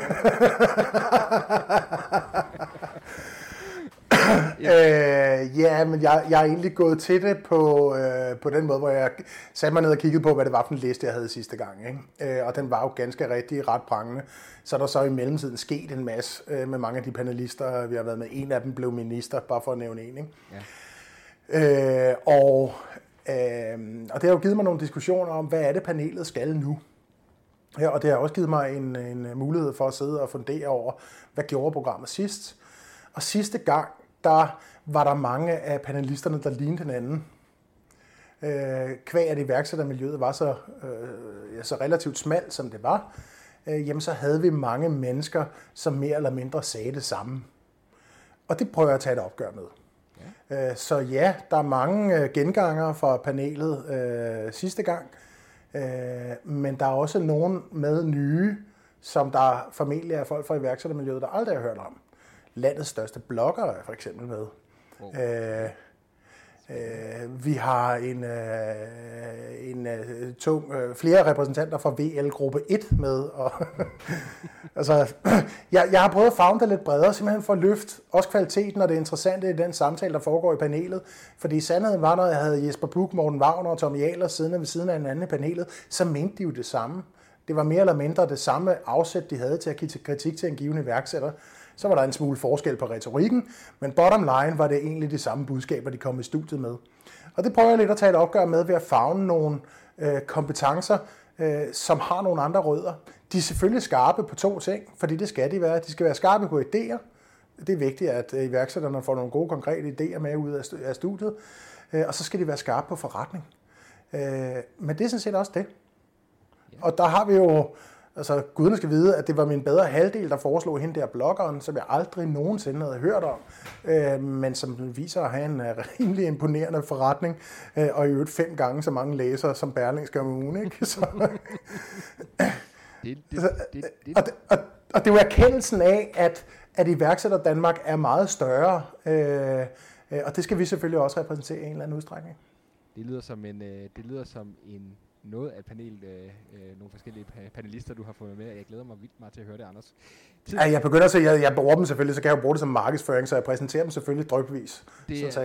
Men jeg er egentlig gået til det på den måde, hvor jeg satte mig ned og kiggede på, hvad det var for en liste, jeg havde sidste gang. Ikke? Og den var jo ganske rigtig ret prangende. Så er der så i mellemtiden sket en masse med mange af de panelister, vi har været med. En af dem blev minister, bare for at nævne en. Ikke? Ja. Og det har jo givet mig nogle diskussioner om, hvad er det panelet skal nu? Ja, og det har også givet mig en mulighed for at sidde og fundere over, hvad gjorde programmet sidst? Og sidste gang, der var der mange af panelisterne, der lignede hinanden. Kvæg at iværksættermiljøet var så relativt smalt, som det var, jamen så havde vi mange mennesker, som mere eller mindre sagde det samme. Og det prøver jeg at tage et opgør med. Ja. Så ja, der er mange genganger fra panelet sidste gang, men der er også nogen med nye, som der formentlig er folk fra iværksættermiljøet, der aldrig har hørt om. Landets største blogger er for eksempel med. Wow. Vi har flere repræsentanter fra VL Gruppe 1 med. Og altså, jeg har prøvet at favne det lidt bredere, simpelthen for at løfte også kvaliteten og det interessante i den samtale, der foregår i panelet. Fordi sandheden var, når jeg havde Jesper Buch, Morten Wagner og Tommy Ahlers siddende ved siden af en anden i panelet, så mente de jo det samme. Det var mere eller mindre det samme afsæt, de havde til at give kritik til en givende iværksætter. Så var der en smule forskel på retorikken, men bottom line var det egentlig de samme budskaber, de kom i studiet med. Og det prøver jeg lidt at tage et opgør med ved at favne nogle kompetencer, som har nogle andre rødder. De er selvfølgelig skarpe på to ting, fordi det skal de være. De skal være skarpe på idéer. Det er vigtigt, at iværksætterne får nogle gode, konkrete idéer med ud af studiet. Og så skal de være skarpe på forretning. Men det er sådan set også det. Og der har vi jo... Altså, guderne skal vide, at det var min bedre halvdel, der foreslog hende der bloggeren, som jeg aldrig nogensinde havde hørt om, men som viser at have en rimelig imponerende forretning, og i øvrigt 5 gange så mange læsere som Berlingske om ugen, ikke? Så, og det er jo erkendelsen af, at iværksætter Danmark er meget større, og det skal vi selvfølgelig også repræsentere i en eller anden udstrækning. Det lyder som en noget af et panel, nogle forskellige panelister, du har fået med. Jeg glæder mig vildt meget til at høre det, Anders. Jeg begynder at sige, jeg bruger dem selvfølgelig, så kan jeg jo bruge det som markedsføring, så jeg præsenterer dem selvfølgelig drypvis. Det er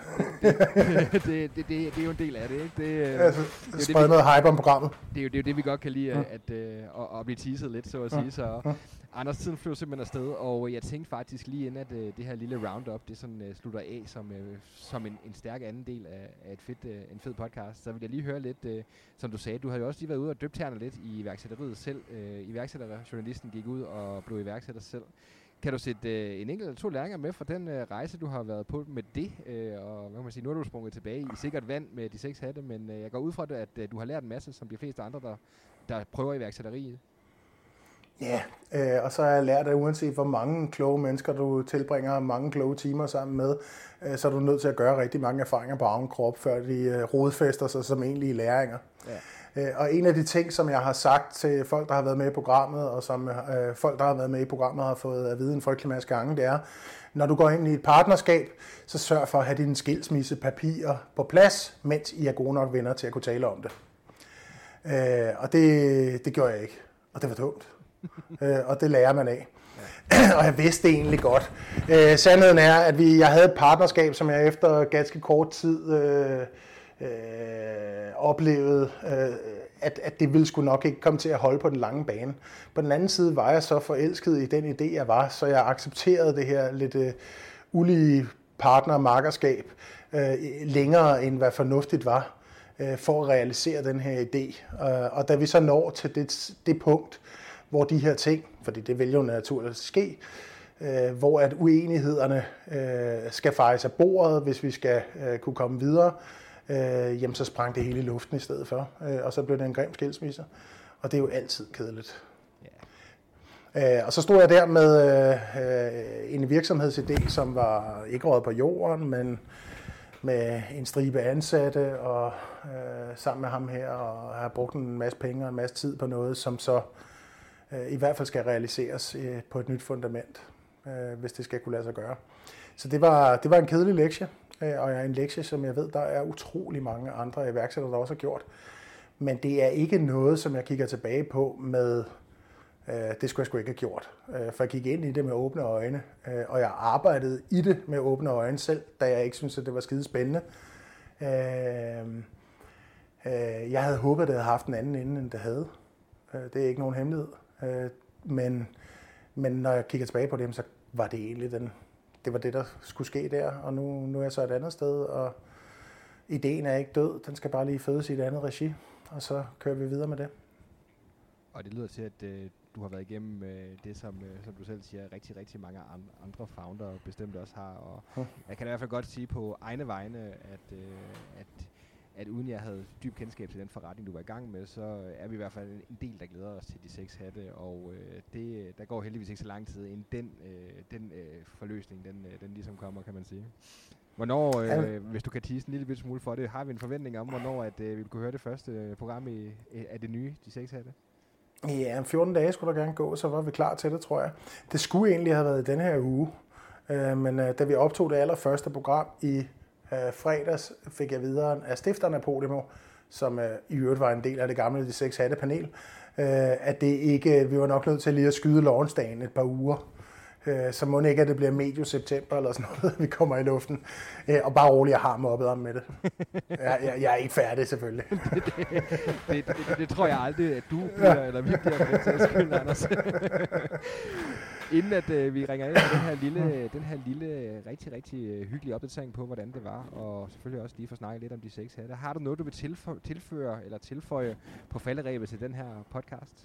jo en del af det, ikke? Sprede noget hype om programmet. Det er jo det, vi godt kan lide, at blive teaset lidt, så at sige. Så Anders, tiden flyver simpelthen afsted, og jeg tænkte faktisk lige inden, at det her lille roundup, det sådan slutter af som en stærk anden del af en fed podcast. Så vil jeg lige høre lidt, som du sagde, du har jo også lige været ude og døbt tæerne lidt i iværksætteriet selv. Iværksætterjournalisten gik ud og blev iværksætter selv. Kan du sætte en enkelt eller 2 læringer med fra den rejse, du har været på med det? Og hvad kan man sige, nu er du sprunget tilbage i sikkert vand med de 6 hatte, men jeg går ud fra det, at du har lært en masse, som de fleste andre, der prøver iværksætteriet. Ja, og så har jeg lært, at uanset hvor mange kloge mennesker du tilbringer mange kloge timer sammen med, så er du nødt til at gøre rigtig mange erfaringer på egen krop, før de rodfæster sig som egentlige læringer. Ja. Og en af de ting, som jeg har sagt til folk, der har været med i programmet, og som folk, der har været med i programmet, har fået at vide en frygtelig masse gange, det er, når du går ind i et partnerskab, så sørg for at have dine skilsmissepapirer på plads, mens I er gode nok venner til at kunne tale om det. Og det gjorde jeg ikke, og det var dumt. Og det lærer man af. Ja. Og jeg vidste det egentlig godt. Sandheden er, at jeg havde et partnerskab, som jeg efter ganske kort tid oplevede, at det ville sgu nok ikke komme til at holde på den lange bane. På den anden side var jeg så forelsket i den idé, jeg var, så jeg accepterede det her lidt ulige partner-markerskab længere, end hvad fornuftigt var, for at realisere den her idé. Og da vi så når til det punkt, hvor de her ting, fordi det vil jo naturligt ske, hvor at uenighederne skal fejes af bordet, hvis vi skal kunne komme videre, jamen så sprang det hele i luften i stedet for, og så blev det en grim skilsmisse, og det er jo altid kedeligt. Og så stod jeg der med en virksomhedsidé, som var ikke røget på jorden, men med en stribe ansatte, og sammen med ham her, og har brugt en masse penge og en masse tid på noget, som så i hvert fald skal realiseres på et nyt fundament, hvis det skal kunne lade sig gøre. Så det var en kedelig lektie, og en lektie, som jeg ved, der er utrolig mange andre iværksættere, der også har gjort. Men det er ikke noget, som jeg kigger tilbage på med, det skulle jeg sgu ikke have gjort. For jeg gik ind i det med åbne øjne, og jeg arbejdede i det med åbne øjne selv, da jeg ikke syntes, at det var skide spændende. Jeg havde håbet, at det havde haft en anden ende, end det havde. Det er ikke nogen hemmelighed. Men når jeg kigger tilbage på det, så var det egentlig det var det, der skulle ske der. Og nu er jeg så et andet sted, og ideen er ikke død. Den skal bare lige fødes i et andet regi, og så kører vi videre med det. Og det lyder til, at du har været igennem det, som du selv siger, rigtig, rigtig mange andre founder bestemt også har. Og jeg kan i hvert fald godt sige på egne vegne, at uden jeg havde dyb kendskab til den forretning, du var i gang med, så er vi i hvert fald en del, der glæder os til de 6 hatte. Og der går heldigvis ikke så lang tid, inden den forløsning, den ligesom kommer, kan man sige. Hvornår, hvis du kan tease en lille smule for det, har vi en forventning om, hvornår at, vi kunne høre det første program af det nye, de 6 hatte? Ja, om 14 dage skulle der gerne gå, så var vi klar til det, tror jeg. Det skulle egentlig have været i denne her uge, men da vi optog det allerførste program i fredags, fik jeg videre af stifterne af Podimo, som i øvrigt var en del af det gamle de 6 hatte panel, at det ikke, vi var nok nødt til lige at skyde lovensdagen et par uger. Så må ikke, at det bliver medio september eller sådan noget, vi kommer i luften. Og bare roligt, jeg har mobbet om med det. Jeg er ikke færdig, selvfølgelig. det tror jeg aldrig, at du bliver, eller vi bliver med til at skylde, Anders. Inden at vi ringer ind til den her lille rigtig, rigtig hyggelige opdatering på, hvordan det var, og selvfølgelig også lige få snakket lidt om de 6 hatte. Har du noget, du vil tilføre eller tilføje på falderebet til den her podcast?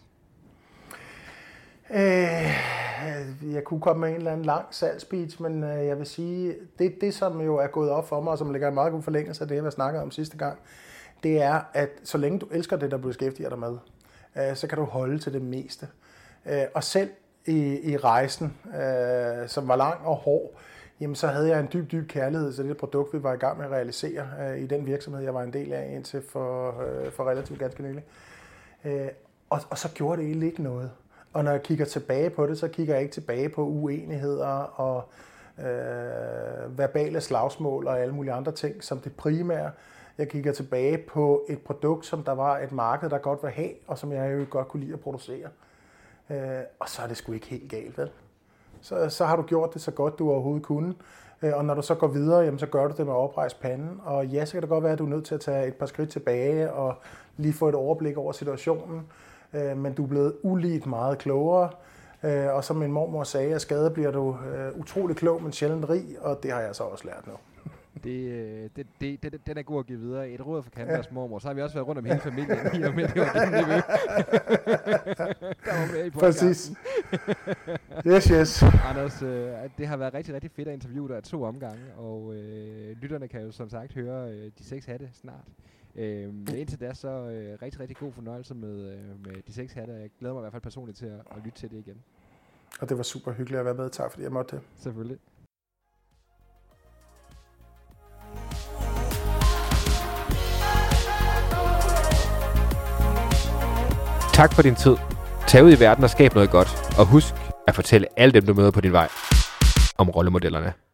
Jeg kunne komme med en eller anden lang salgsspeech, men jeg vil sige, det som jo er gået op for mig, og som ligger i meget god forlængelse af det, jeg snakkede om sidste gang, det er, at så længe du elsker det, der du beskæftiger dig med, så kan du holde til det meste. Og selv i rejsen, som var lang og hård, jamen så havde jeg en dyb kærlighed til det produkt, vi var i gang med at realisere i den virksomhed, jeg var en del af indtil for relativt ganske nylig. Og så gjorde det egentlig ikke noget. Og når jeg kigger tilbage på det, så kigger jeg ikke tilbage på uenigheder og verbale slagsmål og alle mulige andre ting som det primære. Jeg kigger tilbage på et produkt, som der var et marked, der godt vil have, og som jeg jo godt kunne lide at producere. Og så er det sgu ikke helt galt, vel? Så har du gjort det så godt, du overhovedet kunne. Og når du så går videre, jamen, så gør du det med oprejst panden. Og ja, så kan det godt være, at du er nødt til at tage et par skridt tilbage og lige få et overblik over situationen. Men du er blevet uligt meget klogere. Og som min mormor sagde, at skade bliver du utrolig klog, men sjældent rig, og det har jeg så også lært nu. Den er god at give videre. Et råd fra Canberras mormor. Så har vi også været rundt om hele familien i og med, det var din niveau. Der var med i præcis. Yes. Anders, det har været rigtig, rigtig fedt at interviewe dig 2 omgange, og lytterne kan jo som sagt høre de 6 hatte snart. Indtil da så rigtig, rigtig god fornøjelse med de 6 hatte. Jeg glæder mig i hvert fald personligt til at lytte til det igen. Og det var super hyggeligt at være med. Tak fordi jeg måtte det. Selvfølgelig. Tak for din tid. Tag ud i verden og skab noget godt. Og husk at fortælle alle dem, du møder på din vej, om rollemodellerne.